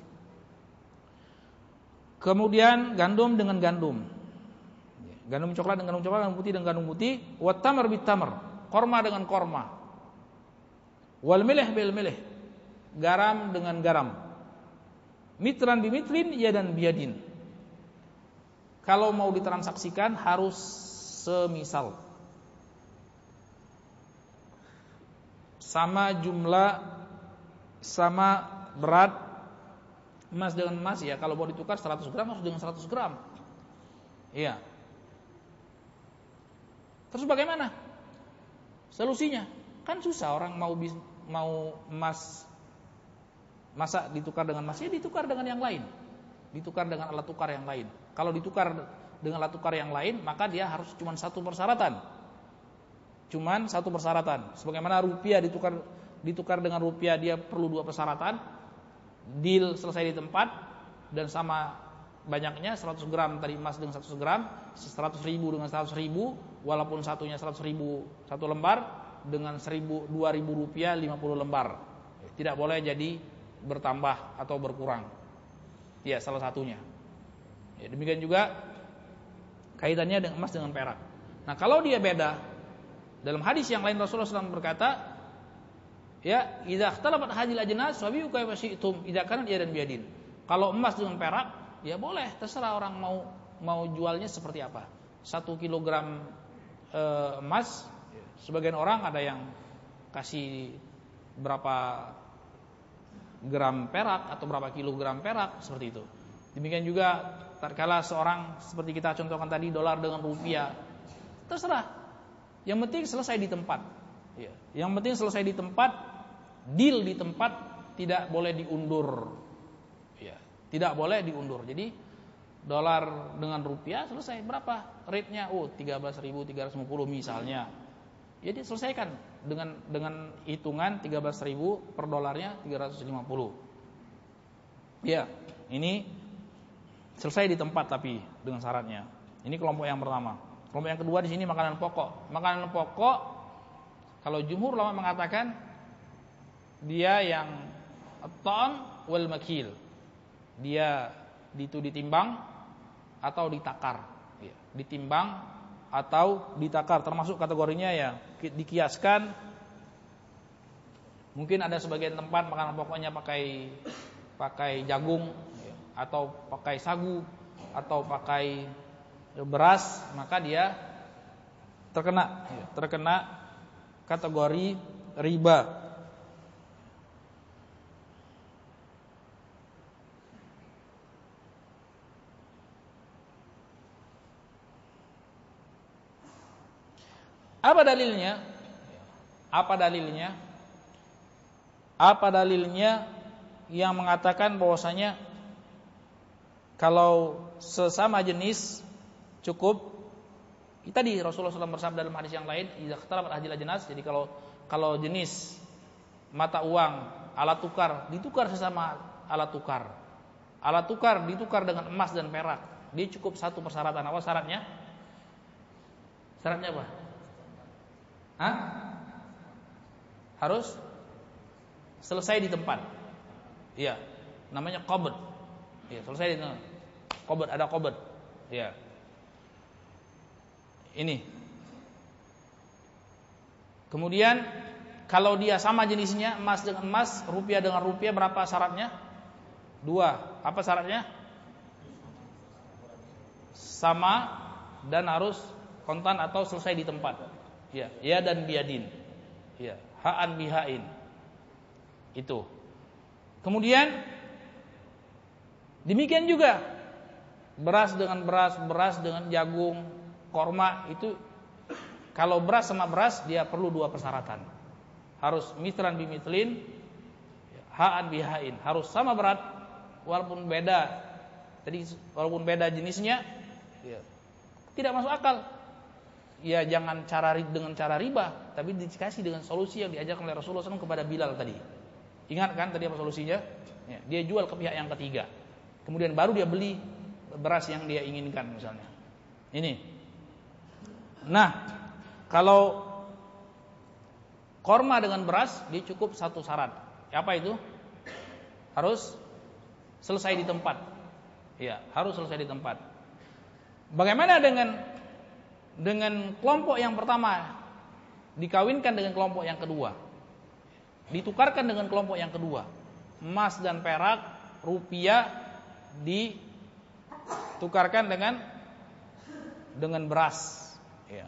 Kemudian gandum dengan gandum. Gandum coklat dengan gandum coklat, gandum putih dengan gandum putih. Wat tamar bit tamar, korma dengan korma. Wal milih bil milih, garam dengan garam. Mitran bi mitlin, yadan biyadin. Kalau mau ditransaksikan harus semisal. Sama jumlah, sama berat, emas dengan emas ya. Kalau mau ditukar 100 gram harus dengan 100 gram. Iya. Terus bagaimana solusinya? Kan susah orang emas, masa ditukar dengan emas? Ya ditukar dengan yang lain. Ditukar dengan alat tukar yang lain. Kalau ditukar dengan alat tukar yang lain, maka dia harus cuma satu persyaratan. Cuman satu persyaratan. Sebagaimana rupiah ditukar dengan rupiah, dia perlu dua persyaratan. Deal selesai di tempat dan sama banyaknya 100 gram tadi emas dengan 100 gram, 100 ribu dengan 100 ribu, walaupun satunya 100 ribu satu lembar, dengan 2.000 rupiah 50 lembar. Tidak boleh jadi bertambah atau berkurang. Ya, salah satunya. Ya, demikian juga kaitannya dengan emas dengan perak. Nah, kalau dia beda, dalam hadis yang lain Rasulullah SAW berkata, ya, idza ikhtalafat hadhil ajnas fa bi'u kayfa syi'tum, idza kana yadan biyadin. Kalau emas dengan perak, ya boleh, terserah orang mau jualnya seperti apa. 1 kilogram emas, sebagian orang ada yang kasih berapa gram perak atau berapa kilogram perak, seperti itu. Demikian juga tatkala seorang seperti kita contohkan tadi dolar dengan rupiah, terserah. Yang penting selesai di tempat. Ya. Yang penting selesai di tempat, deal di tempat, tidak boleh diundur. Ya. Tidak boleh diundur. Jadi dolar dengan rupiah selesai, berapa rate-nya? 13.350 misalnya. Jadi selesaikan dengan hitungan 13.000 per dolarnya 350. Ya, ini selesai di tempat tapi dengan syaratnya. Ini kelompok yang pertama. Kelompok yang kedua di sini makanan pokok. Makanan pokok kalau jumhur ulama mengatakan dia yang at-ta'am wal makil. Dia itu ditimbang atau ditakar. Ya, ditimbang atau ditakar, termasuk kategorinya ya dikiaskan. Mungkin ada sebagian tempat makanan pokoknya pakai jagung ya, atau pakai sagu atau pakai beras, maka dia terkena kategori riba. Apa dalilnya? Apa dalilnya yang mengatakan bahwasanya kalau sesama jenis cukup? Tadi Rasulullah SAW bersabda dalam hadis yang lain, idza ikhtalafat hadhil ajnas. Jadi kalau jenis mata uang, alat tukar ditukar sesama alat tukar. Alat tukar ditukar dengan emas dan perak. Dia cukup satu persyaratan. Apa syaratnya? Syaratnya apa? Harus selesai di tempat. Iya, namanya qabd. Iya, selesai di tempat. Qabd, ada qabd. Iya. Ini. Kemudian kalau dia sama jenisnya, emas dengan emas, rupiah dengan rupiah, berapa syaratnya? 2. Apa syaratnya? Sama dan harus kontan atau selesai di tempat. Ya dan biadin. Ya, ha'an bihain. Itu. Kemudian demikian juga beras dengan beras, beras dengan jagung, korma itu kalau beras sama beras dia perlu 2 persyaratan. Harus mitran bimitlin, ha'an bihain, harus sama berat walaupun beda. Tadi walaupun beda jenisnya, ya, tidak masuk akal. Ya jangan dengan cara riba, tapi dikasih dengan solusi yang diajarkan oleh Rasulullah SAW kepada Bilal tadi. Ingat kan tadi apa solusinya? Ya, dia jual ke pihak yang ketiga. Kemudian baru dia beli beras yang dia inginkan misalnya. Ini. Nah, kalau korma dengan beras dia cukup satu syarat. Apa itu? Harus selesai di tempat. Ya, harus selesai di tempat. Bagaimana dengan kelompok yang pertama dikawinkan dengan kelompok yang kedua, ditukarkan dengan kelompok yang kedua, emas dan perak, rupiah ditukarkan dengan beras. Ya.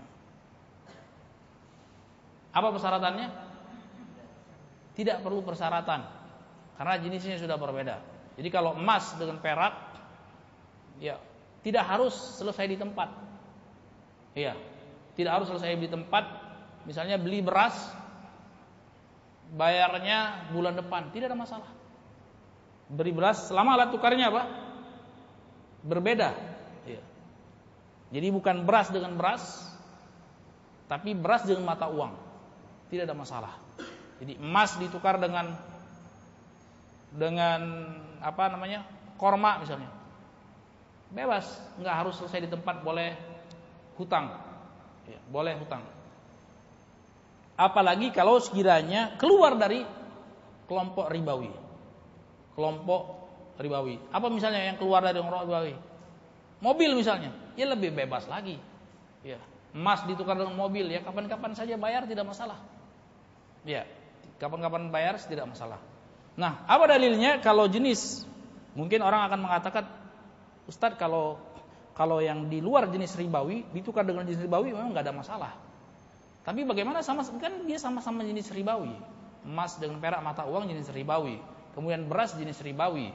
Apa persyaratannya? Tidak perlu persyaratan, karena jenisnya sudah berbeda. Jadi kalau emas dengan perak, ya tidak harus selesai di tempat. Iya, tidak harus selesai di tempat. Misalnya beli beras bayarnya bulan depan, tidak ada masalah. Beri beras selama alat tukarnya apa? Berbeda. Ya. Jadi bukan beras dengan beras, tapi beras dengan mata uang, tidak ada masalah. Jadi emas ditukar dengan apa namanya, korma misalnya, bebas, nggak harus selesai di tempat, boleh hutang, ya, boleh hutang. Apalagi kalau sekiranya keluar dari kelompok ribawi. Kelompok ribawi. Apa misalnya yang keluar dari kelompok ribawi? Mobil misalnya, ya lebih bebas lagi. Ya, emas ditukar dengan mobil, ya kapan-kapan saja bayar, tidak masalah. Ya, kapan-kapan bayar tidak masalah. Nah, apa dalilnya kalau jenis? Mungkin orang akan mengatakan, Ustadz, kalau yang di luar jenis ribawi ditukar dengan jenis ribawi memang nggak ada masalah. Tapi bagaimana kan dia sama-sama jenis ribawi. Emas dengan perak mata uang jenis ribawi. Kemudian beras jenis ribawi.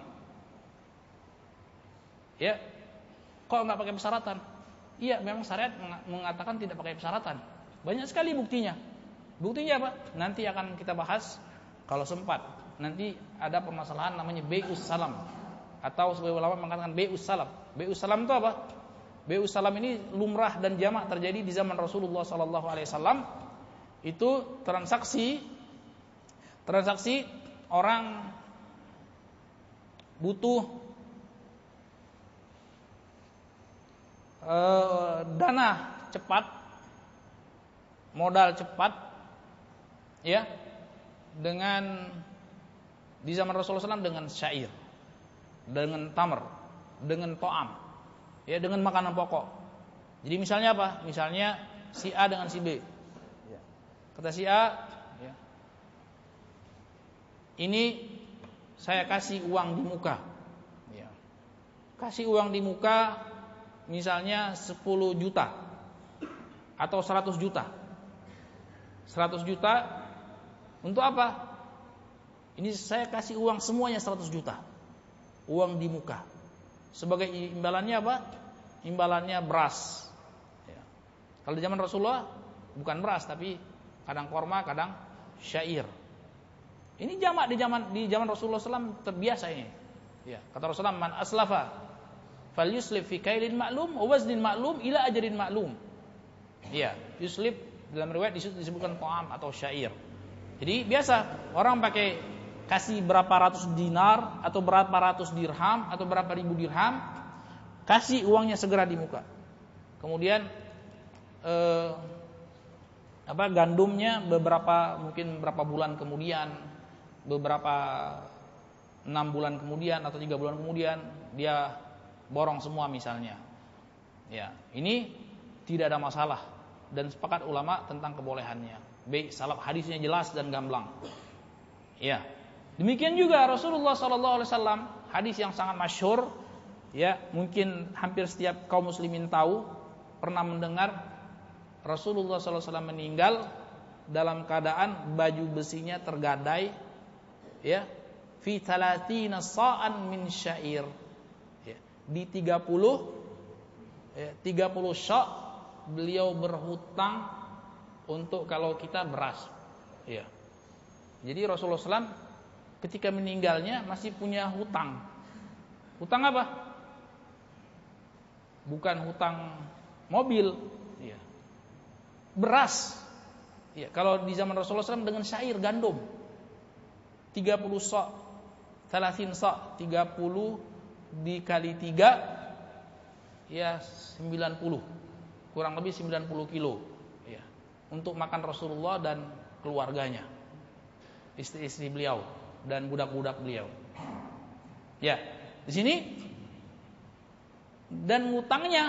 Ya, kok nggak pakai persyaratan? Iya, memang syariat mengatakan tidak pakai persyaratan. Banyak sekali buktinya. Buktinya apa? Nanti akan kita bahas kalau sempat. Nanti ada permasalahan namanya bai'us salam, atau sebagian ulama mengatakan bai'us salam. Bai'us salam itu apa? Bai'us salam ini lumrah dan jamak terjadi di zaman Rasulullah SAW. Itu transaksi orang butuh dana cepat, modal cepat, ya, dengan di zaman Rasulullah SAW dengan syair, dengan tamar, dengan to'am, ya, dengan makanan pokok. Jadi misalnya apa? Misalnya si A dengan si B. Kata si A, ya, ini saya kasih uang di muka, ya. Kasih uang di muka misalnya 10 juta atau 100 juta. 100 juta untuk apa? Ini saya kasih uang semuanya 100 juta. Uang di muka. Sebagai imbalannya apa? Imbalannya beras. Ya. Kalau di zaman Rasulullah bukan beras, tapi kadang korma, kadang syair. Ini jamak di zaman Rasulullah SAW terbiasa ini. Ya. Kata Rasulullah, man aslafa falyuslif fi kailin ma'lum wa waznin ma'lum ila ajarin ma'lum. Ya, yuslif dalam riwayat disebutkan ta'am atau syair. Jadi biasa orang pakai kasih berapa ratus dinar atau berapa ratus dirham atau berapa ribu dirham, kasih uangnya segera di muka. Kemudian gandumnya mungkin berapa bulan kemudian, beberapa 6 bulan kemudian atau 3 bulan kemudian dia borong semua misalnya. Ya, ini tidak ada masalah dan sepakat ulama tentang kebolehannya. Baik, salaf hadisnya jelas dan gamblang. Ya. Demikian juga Rasulullah SAW, hadis yang sangat masyhur, ya, mungkin hampir setiap kaum muslimin tahu, pernah mendengar Rasulullah SAW meninggal dalam keadaan baju besinya tergadai, ya, fi 30 sa'an min syair, ya, di 30 sya' beliau berhutang untuk kalau kita beras, ya. Jadi Rasulullah SAW ketika meninggalnya masih punya hutang. Hutang apa? Bukan hutang mobil, ya. Beras. Ya, kalau di zaman Rasulullah SAW dengan syair gandum. 30 sa', 30 sa', 30 dikali 3, ya 90. Kurang lebih 90 kilo, ya. Untuk makan Rasulullah dan keluarganya, istri-istri beliau dan budak-budak beliau. Ya, di sini dan ngutangnya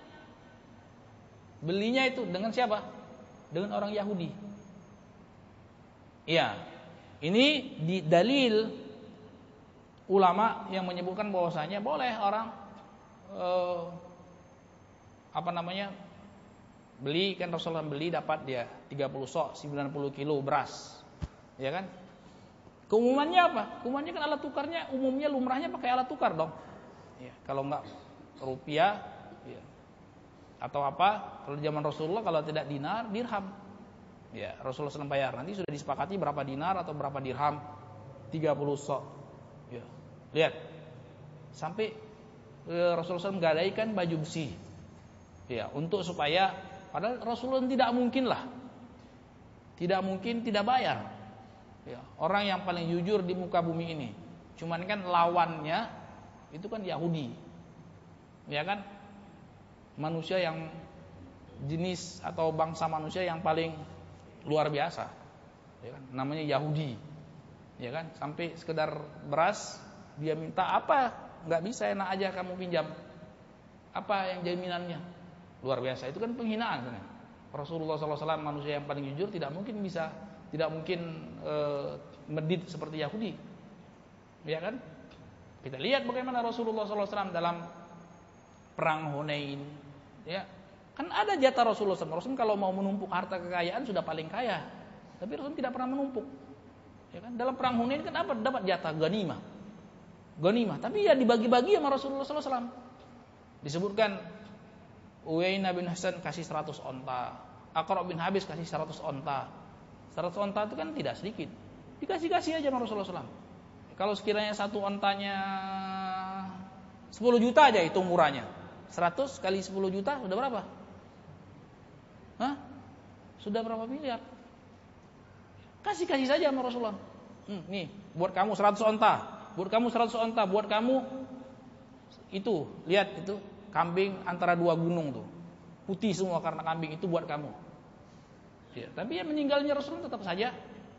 belinya itu dengan siapa? Dengan orang Yahudi. Ya, ini di dalil ulama yang menyebutkan bahwasanya boleh orang beli, kan Rasulullah beli dapat dia 30 sok 90 kilo beras, ya kan? Keumumannya apa? Keumumannya kan alat tukarnya umumnya lumrahnya pakai alat tukar dong. Ya, kalau enggak rupiah, ya. Atau apa? Kalau zaman Rasulullah kalau tidak dinar, dirham. Ya, Rasulullah SAW bayar. Nanti sudah disepakati berapa dinar atau berapa dirham, 30 sok. Ya, lihat. Sampai Rasulullah SAW menggadaikan baju besi. Ya, untuk supaya padahal Rasulullah tidak mungkin lah. Tidak mungkin tidak bayar. Ya, orang yang paling jujur di muka bumi ini. Cuman kan lawannya itu kan Yahudi. Ya kan? Manusia yang jenis atau bangsa manusia yang paling luar biasa. Ya kan? Namanya Yahudi. Ya kan? Sampai sekedar beras dia minta apa? Enggak bisa, enak aja kamu pinjam. Apa yang jaminannya? Luar biasa. Itu kan penghinaan sebenarnya. Rasulullah SAW manusia yang paling jujur tidak mungkin medit seperti Yahudi, ya kan? Kita lihat bagaimana Rasulullah SAW dalam perang Hunain, ya kan ada jatah Rasulullah SAW. Rasul kalau mau menumpuk harta kekayaan sudah paling kaya, tapi Rasul tidak pernah menumpuk, ya kan? Dalam perang Hunain kan apa? Dapat jatah ghanimah, tapi ya dibagi-bagi sama Rasulullah SAW. Disebutkan Uyainah bin Hasan kasih 100 onta, Aqra bin Habis kasih 100 onta. 100 onta itu kan tidak sedikit. Dikasih-kasih aja sama Rasulullah SAW. Kalau sekiranya satu ontanya 10 juta aja hitung murahnya. 100 kali 10 juta sudah berapa? Hah? Sudah berapa miliar? Kasih-kasih saja sama Rasulullah. Nih, buat kamu 100 onta. Buat kamu 100 onta. Buat kamu itu, lihat itu kambing antara dua gunung tuh. Putih semua karena kambing, itu buat kamu. Ya, tapi ya meninggalnya Rasulullah tetap saja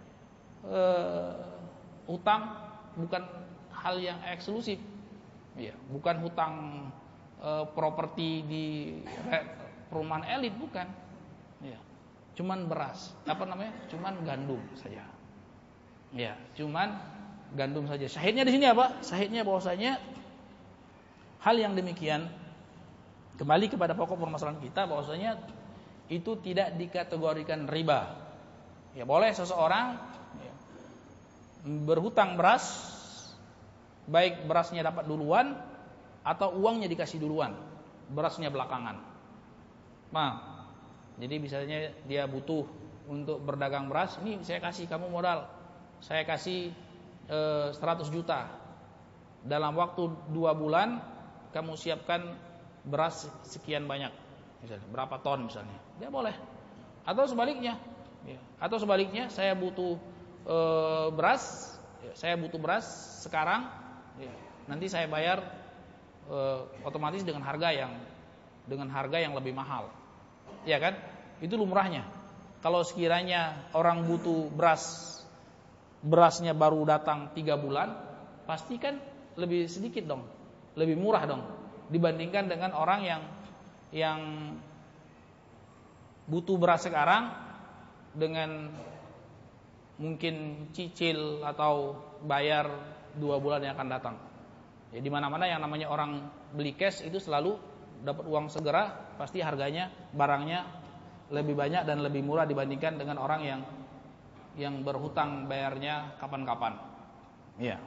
hutang bukan hal yang eksklusif. Ya, bukan hutang properti di perumahan elit, bukan. Ya, cuman beras. Apa namanya? Cuman gandum saja. Ya, cuman gandum saja. Syahidnya di sini apa? Syahidnya bahwasanya hal yang demikian kembali kepada pokok permasalahan kita bahwasanya itu tidak dikategorikan riba. Ya, boleh seseorang berhutang beras, baik berasnya dapat duluan atau uangnya dikasih duluan, berasnya belakangan. Nah, jadi misalnya dia butuh untuk berdagang beras, ini saya kasih kamu modal, saya kasih 100 juta. Dalam waktu 2 bulan kamu siapkan beras sekian banyak, misalnya berapa ton misalnya, dia boleh. Atau sebaliknya, saya butuh beras, saya butuh beras sekarang, nanti saya bayar otomatis dengan harga yang lebih mahal, ya kan? Itu lumrahnya. Kalau sekiranya orang butuh berasnya baru datang 3 bulan, pasti kan lebih sedikit dong, lebih murah dong dibandingkan dengan orang yang butuh beras sekarang dengan mungkin cicil atau bayar 2 bulan yang akan datang. Ya, di mana-mana yang namanya orang beli cash itu selalu dapat uang segera, pasti harganya barangnya lebih banyak dan lebih murah dibandingkan dengan orang yang berhutang bayarnya kapan-kapan. Ya.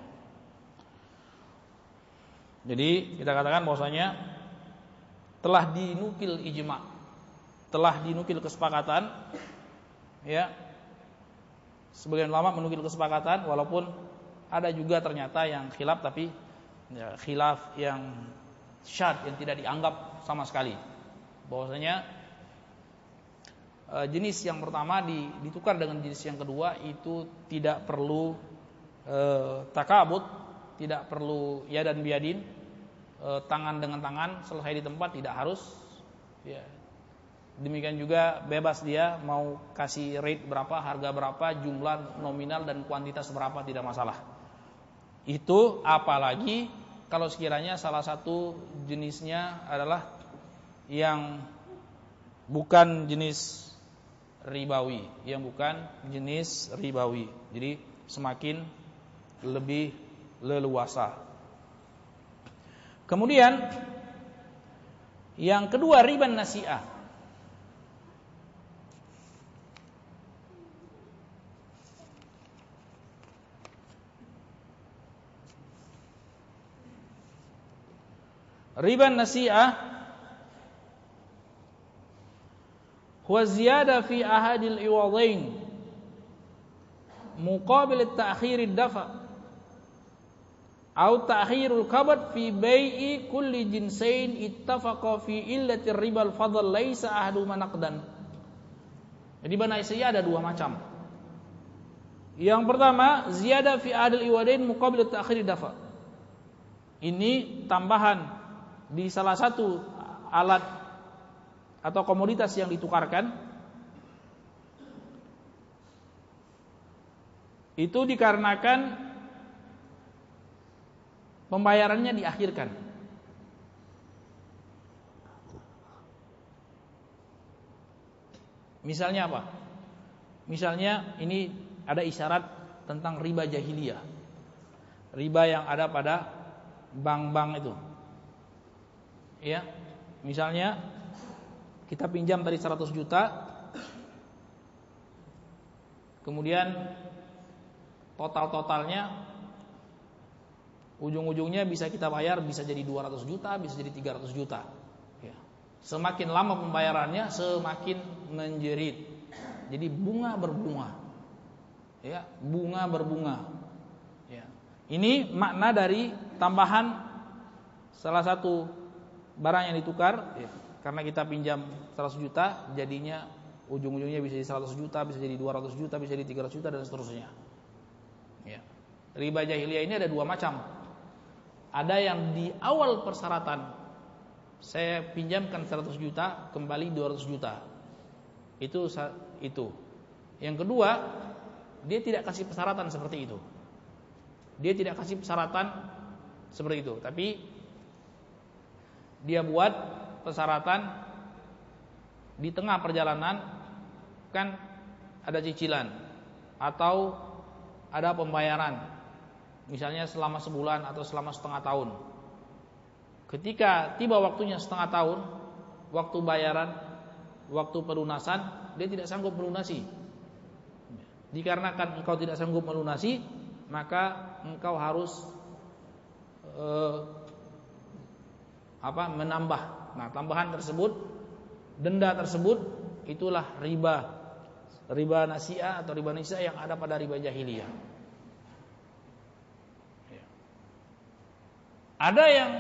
Jadi kita katakan bahwasanya telah dinukil ijma, telah dinukil kesepakatan, ya. Sebagian ulama menukil kesepakatan, walaupun ada juga ternyata yang khilaf, tapi ya, khilaf yang syadz, yang tidak dianggap sama sekali. Bahwasanya jenis yang pertama ditukar dengan jenis yang kedua itu tidak perlu takabut, tidak perlu yadan biadin, tangan dengan tangan selesai di tempat, tidak harus. Ya. Demikian juga bebas dia mau kasih rate berapa, harga berapa, jumlah nominal dan kuantitas berapa, tidak masalah. Itu apalagi kalau sekiranya salah satu jenisnya adalah yang bukan jenis ribawi, Jadi semakin lebih leluasa. Kemudian yang kedua, riba nasi'ah. Riba nasi'ah huwa ziyada fi ahadil iwadain muqabil at-ta'khir ad-dafa atau ta'khirul qabd fi bai'i kulli jinsain ittafaqa fi illati riba al-fadl laisa ahaduhuma naqdan. Jadi banaisiyah ada dua macam. Yang pertama, ziyadah fi ahadil iwadain muqabil at-ta'khir ad-dafa. Ini tambahan di salah satu alat atau komoditas yang ditukarkan, itu dikarenakan pembayarannya diakhirkan. Misalnya apa? Misalnya ini ada isyarat tentang riba jahiliyah, riba yang ada pada bank-bank itu. Ya, misalnya kita pinjam tadi 100 juta, kemudian totalnya ujung-ujungnya bisa kita bayar, bisa jadi 200 juta, bisa jadi 300 juta. Ya. Semakin lama pembayarannya, semakin menjerit. Jadi bunga berbunga. Ya, bunga berbunga. Ya. Ini makna dari tambahan salah satu barang yang ditukar, ya. Karena kita pinjam 100 juta, jadinya ujung-ujungnya bisa jadi 100 juta, bisa jadi 200 juta, bisa jadi 300 juta dan seterusnya. Ya. Riba jahiliyah ini ada dua macam. Ada yang di awal persyaratan, saya pinjamkan 100 juta, kembali 200 juta. Itu. Yang kedua, dia tidak kasih persyaratan seperti itu. Dia tidak kasih persyaratan seperti itu, tapi dia buat persyaratan di tengah perjalanan, kan ada cicilan atau ada pembayaran. Misalnya selama sebulan atau selama setengah tahun. Ketika tiba waktunya setengah tahun, waktu bayaran, waktu pelunasan, dia tidak sanggup melunasi. Dikarenakan engkau tidak sanggup melunasi, maka engkau harus menambah. Nah, tambahan tersebut, denda tersebut, itulah riba nasi'ah atau riba nisa yang ada pada riba jahiliyah. Ada yang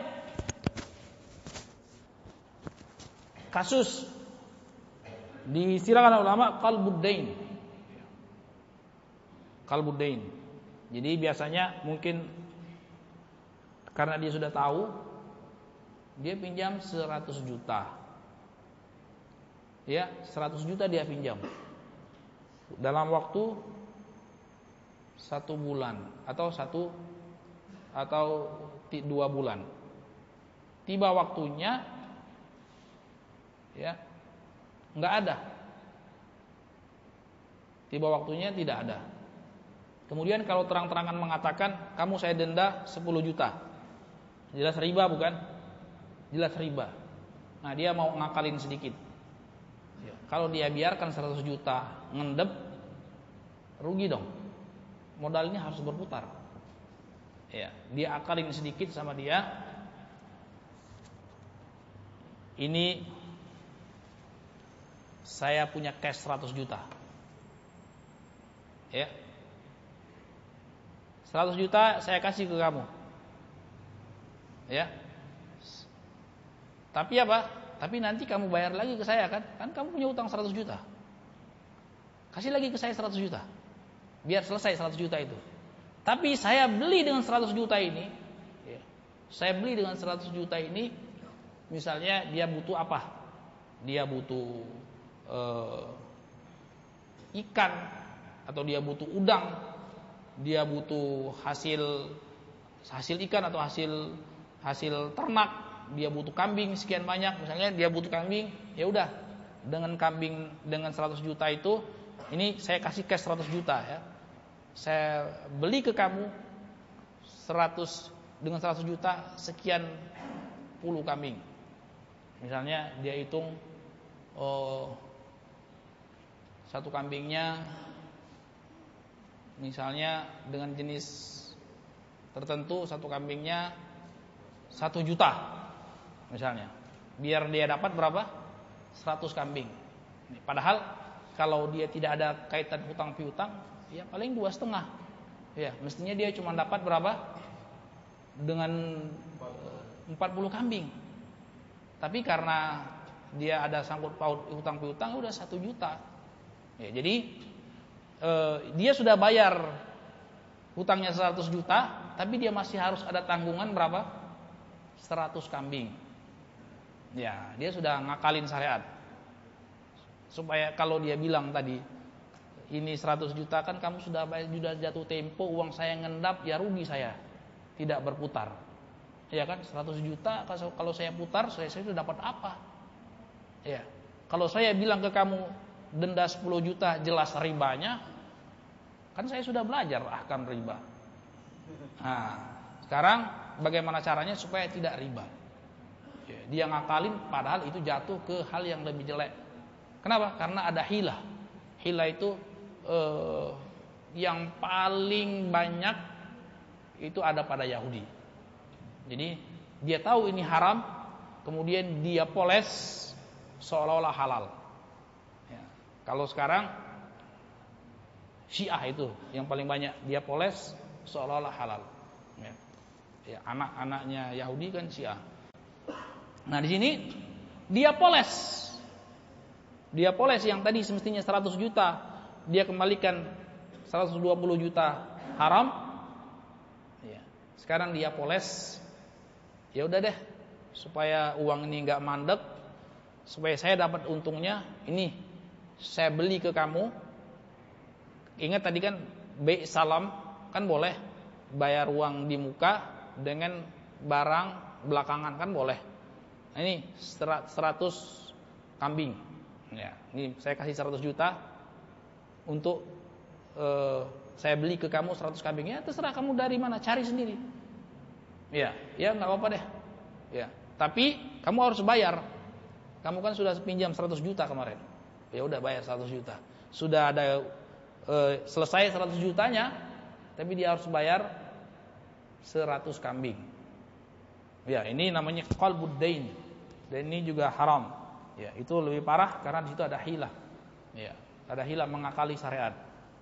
kasus distilahkan ulama qalbuddain. Qalbuddain. Jadi biasanya mungkin karena dia sudah tahu, dia pinjam 100 juta. Ya, 100 juta dia pinjam. Dalam waktu 1 bulan atau 2 bulan. Tiba waktunya, ya, nggak ada. Tiba waktunya tidak ada. Kemudian kalau terang-terangan mengatakan, kamu saya denda 10 juta. Jelas riba bukan? Jelas riba. Nah, dia mau ngakalin sedikit. Ya, kalau dia biarkan 100 juta ngendep, rugi dong. Modalnya harus berputar. Ya, dia akalin sedikit sama dia. Ini saya punya cash 100 juta. Ya. 100 juta saya kasih ke kamu. Ya. Tapi apa? Tapi nanti kamu bayar lagi ke saya kan? Kan kamu punya utang 100 juta. Kasih lagi ke saya 100 juta. Biar selesai 100 juta itu. Tapi saya beli dengan 100 juta ini, ya, saya beli dengan 100 juta ini, misalnya dia butuh apa? Dia butuh ikan, atau dia butuh udang, dia butuh hasil ikan atau hasil ternak, dia butuh kambing sekian banyak, misalnya dia butuh kambing, ya udah, dengan kambing dengan 100 juta itu, ini saya kasih cash 100 juta ya. Saya beli ke kamu 100 juta sekian puluh kambing. Misalnya dia hitung satu kambingnya misalnya dengan jenis tertentu, satu kambingnya 1 juta misalnya. Biar dia dapat berapa? 100 kambing. Padahal kalau dia tidak ada kaitan hutang piutang, ya paling 2,5. Ya, mestinya dia cuma dapat berapa? Dengan 40 kambing. Tapi karena dia ada sangkut paut hutang piutang, udah 1 juta. Ya, jadi dia sudah bayar hutangnya 100 juta, tapi dia masih harus ada tanggungan berapa? 100 kambing. Ya, dia sudah ngakalin syariat. Supaya kalau dia bilang tadi, ini 100 juta kan kamu sudah bayar, sudah jatuh tempo, uang saya ngendap, ya rugi saya. Tidak berputar. Ya kan, 100 juta kalau saya putar, saya sudah dapat apa? Ya. Kalau saya bilang ke kamu denda 10 juta jelas ribanya, kan saya sudah belajar ahkam riba. Nah, sekarang bagaimana caranya supaya tidak riba? Ya, dia ngakalin padahal itu jatuh ke hal yang lebih jelek. Kenapa? Karena ada hilah. Hilah itu yang paling banyak itu ada pada Yahudi. Jadi dia tahu ini haram, kemudian dia poles seolah-olah halal. Ya. Kalau sekarang Syiah itu yang paling banyak dia poles seolah-olah halal. Ya. Ya, anak-anaknya Yahudi kan Syiah. Nah di sini dia poles. Dia poles yang tadi semestinya 100 juta, dia kembalikan 120 juta haram. Ya. Sekarang dia poles. Ya udah deh, supaya uang ini enggak mandek, supaya saya dapat untungnya, ini saya beli ke kamu. Ingat tadi kan bei salam kan boleh, bayar uang di muka dengan barang belakangan kan boleh. Nah, ini 100 kambing. Ya, ini saya kasih 100 juta untuk saya beli ke kamu 100 kambing. Ya, terserah kamu dari mana, cari sendiri. Ya, enggak apa-apa deh. Ya, tapi kamu harus bayar. Kamu kan sudah pinjam 100 juta kemarin. Ya udah bayar 100 juta. Sudah ada selesai 100 jutanya, tapi dia harus bayar 100 kambing. Ya, ini namanya qalbud dain. Dan ini juga haram. Ya, itu lebih parah karena di situ ada hilah. Ya, ada hilah mengakali syariat.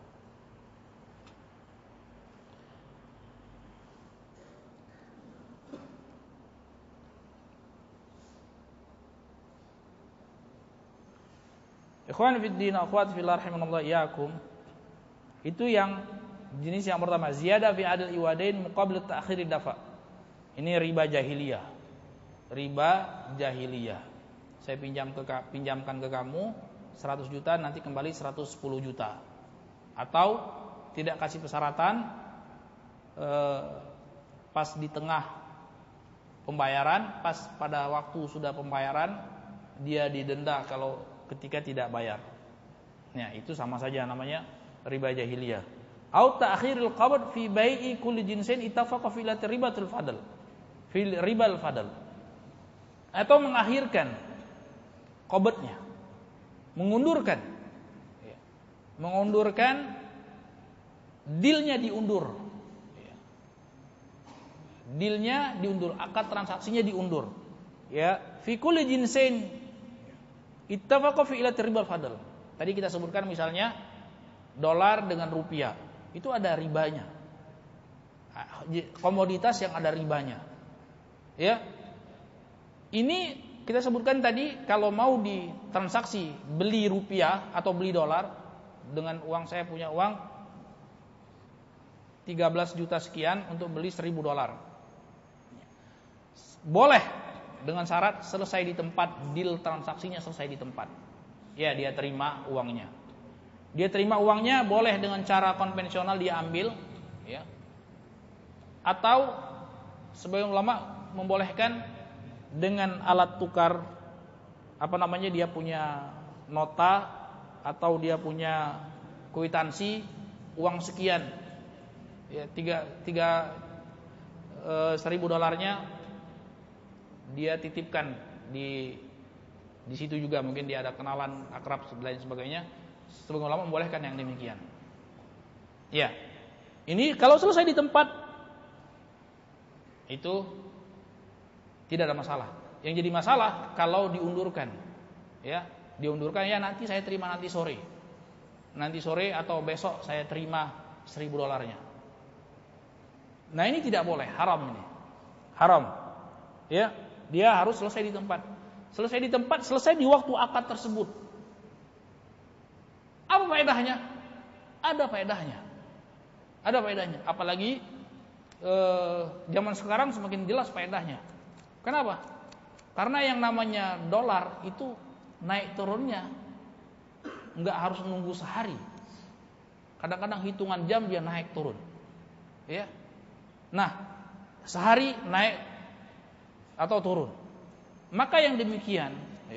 Ikhwan fid din, akhwat fillah rahimanallah iyyakum. Itu yang jenis yang pertama, ziyadah fi adl iwadain muqabil ta'khir dafa. Ini riba jahiliyah. Riba jahiliyah. Saya pinjamkan ke kamu 100 juta, nanti kembali 110 juta. Atau tidak kasih persyaratan, pas di tengah pembayaran, pas pada waktu sudah pembayaran dia didenda kalau ketika tidak bayar. Ya, itu sama saja namanya riba jahiliyah. Au ta'khirul qabd fi bai'i kulli jinsin ittafaqa fi ribatul fadl. Fi ribal fadl. Atau mengakhirkan qabdnya, mengundurkan dealnya diundur. Dealnya diundur, akad transaksinya diundur. Ya, fi kulli jinsin ittafaqa fi ribal fadl. Tadi kita sebutkan misalnya dolar dengan rupiah, itu ada ribanya. Komoditas yang ada ribanya. Ya. Ini kita sebutkan tadi kalau mau ditransaksi beli rupiah atau beli dolar dengan uang, saya punya uang 13 juta sekian untuk beli 1.000 dolar. Boleh dengan syarat selesai di tempat, deal transaksinya selesai di tempat. Ya, dia terima uangnya. Dia terima uangnya boleh dengan cara konvensional dia ambil, ya. Atau sebagian ulama membolehkan dengan alat tukar, dia punya nota atau dia punya kwitansi uang sekian, ya 1.000 dolarnya dia titipkan di situ juga, mungkin dia ada kenalan akrab dan sebagainya. Sebagian ulama membolehkan yang demikian. Ya, ini kalau selesai di tempat itu tidak ada masalah. Yang jadi masalah kalau diundurkan. Ya. diundurkan, ya nanti saya terima nanti sore atau besok saya terima $1.000. Nah ini tidak boleh, haram ini, haram. Ya, dia harus selesai di tempat, selesai di waktu akad tersebut. Apa faedahnya? Ada faedahnya. Apalagi zaman sekarang semakin jelas faedahnya. Kenapa? Karena yang namanya dolar itu naik turunnya nggak harus menunggu sehari. Kadang-kadang hitungan jam dia naik turun. Ya. Nah, sehari naik atau turun. Maka yang demikian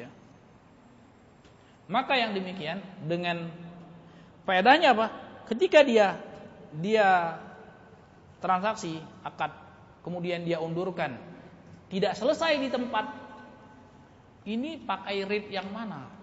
dengan faedahnya apa? Ketika dia transaksi akad kemudian dia undurkan, tidak selesai di tempat, ini pakai rate yang mana?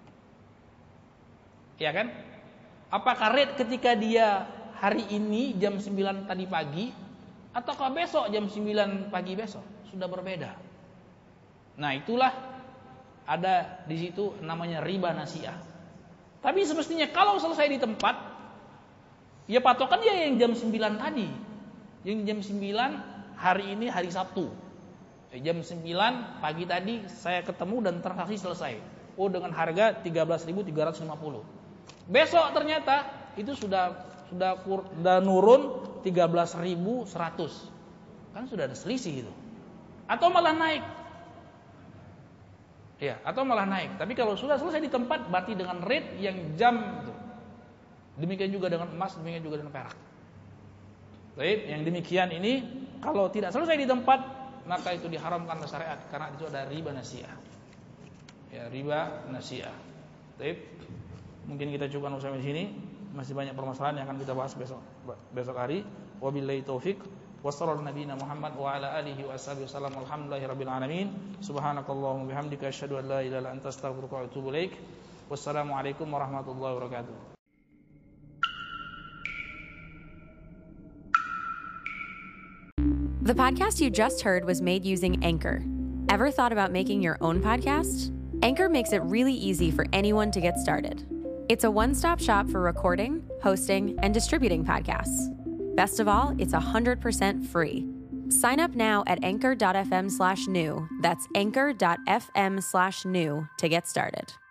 Ya kan? Apakah rate ketika dia hari ini jam 9 tadi pagi, ataukah besok jam 9 pagi besok? Sudah berbeda. Nah itulah ada di situ namanya riba nasiah. Tapi semestinya kalau selesai di tempat, ya patokan dia yang jam 9 tadi. Yang jam 9 hari ini hari Sabtu. Jam 9 pagi tadi saya ketemu dan transaksi selesai. Oh dengan harga 13.350. Besok ternyata itu sudah nurun 13.100. Kan sudah ada selisih itu. Atau malah naik. Ya, atau malah naik. Tapi kalau sudah selesai di tempat berarti dengan rate yang jam itu. Demikian juga dengan emas, demikian juga dengan perak. Baik, yang demikian ini kalau tidak selesai di tempat maka itu diharamkan oleh syariat karena itu ada riba nasiah. Ya, riba nasiah. Baik. Mungkin kita cukupkan sampai di sini. Masih banyak permasalahan yang akan kita bahas besok hari. Wabillahi taufik. Wassallallahu nabiyana Muhammad wa ala alihi wa ashabihi wasallam. Alhamdulillahirabbil alamin. Subhanakallahumma bihamdika asyhadu an la ilaha illa anta astaghfiruka wa atubu ilaik. Wassalamualaikum warahmatullahi wabarakatuh. The podcast you just heard was made using Anchor. Ever thought about making your own podcast? Anchor makes it really easy for anyone to get started. It's a one-stop shop for recording, hosting, and distributing podcasts. Best of all, it's 100% free. Sign up now at anchor.fm/new. That's anchor.fm/new to get started.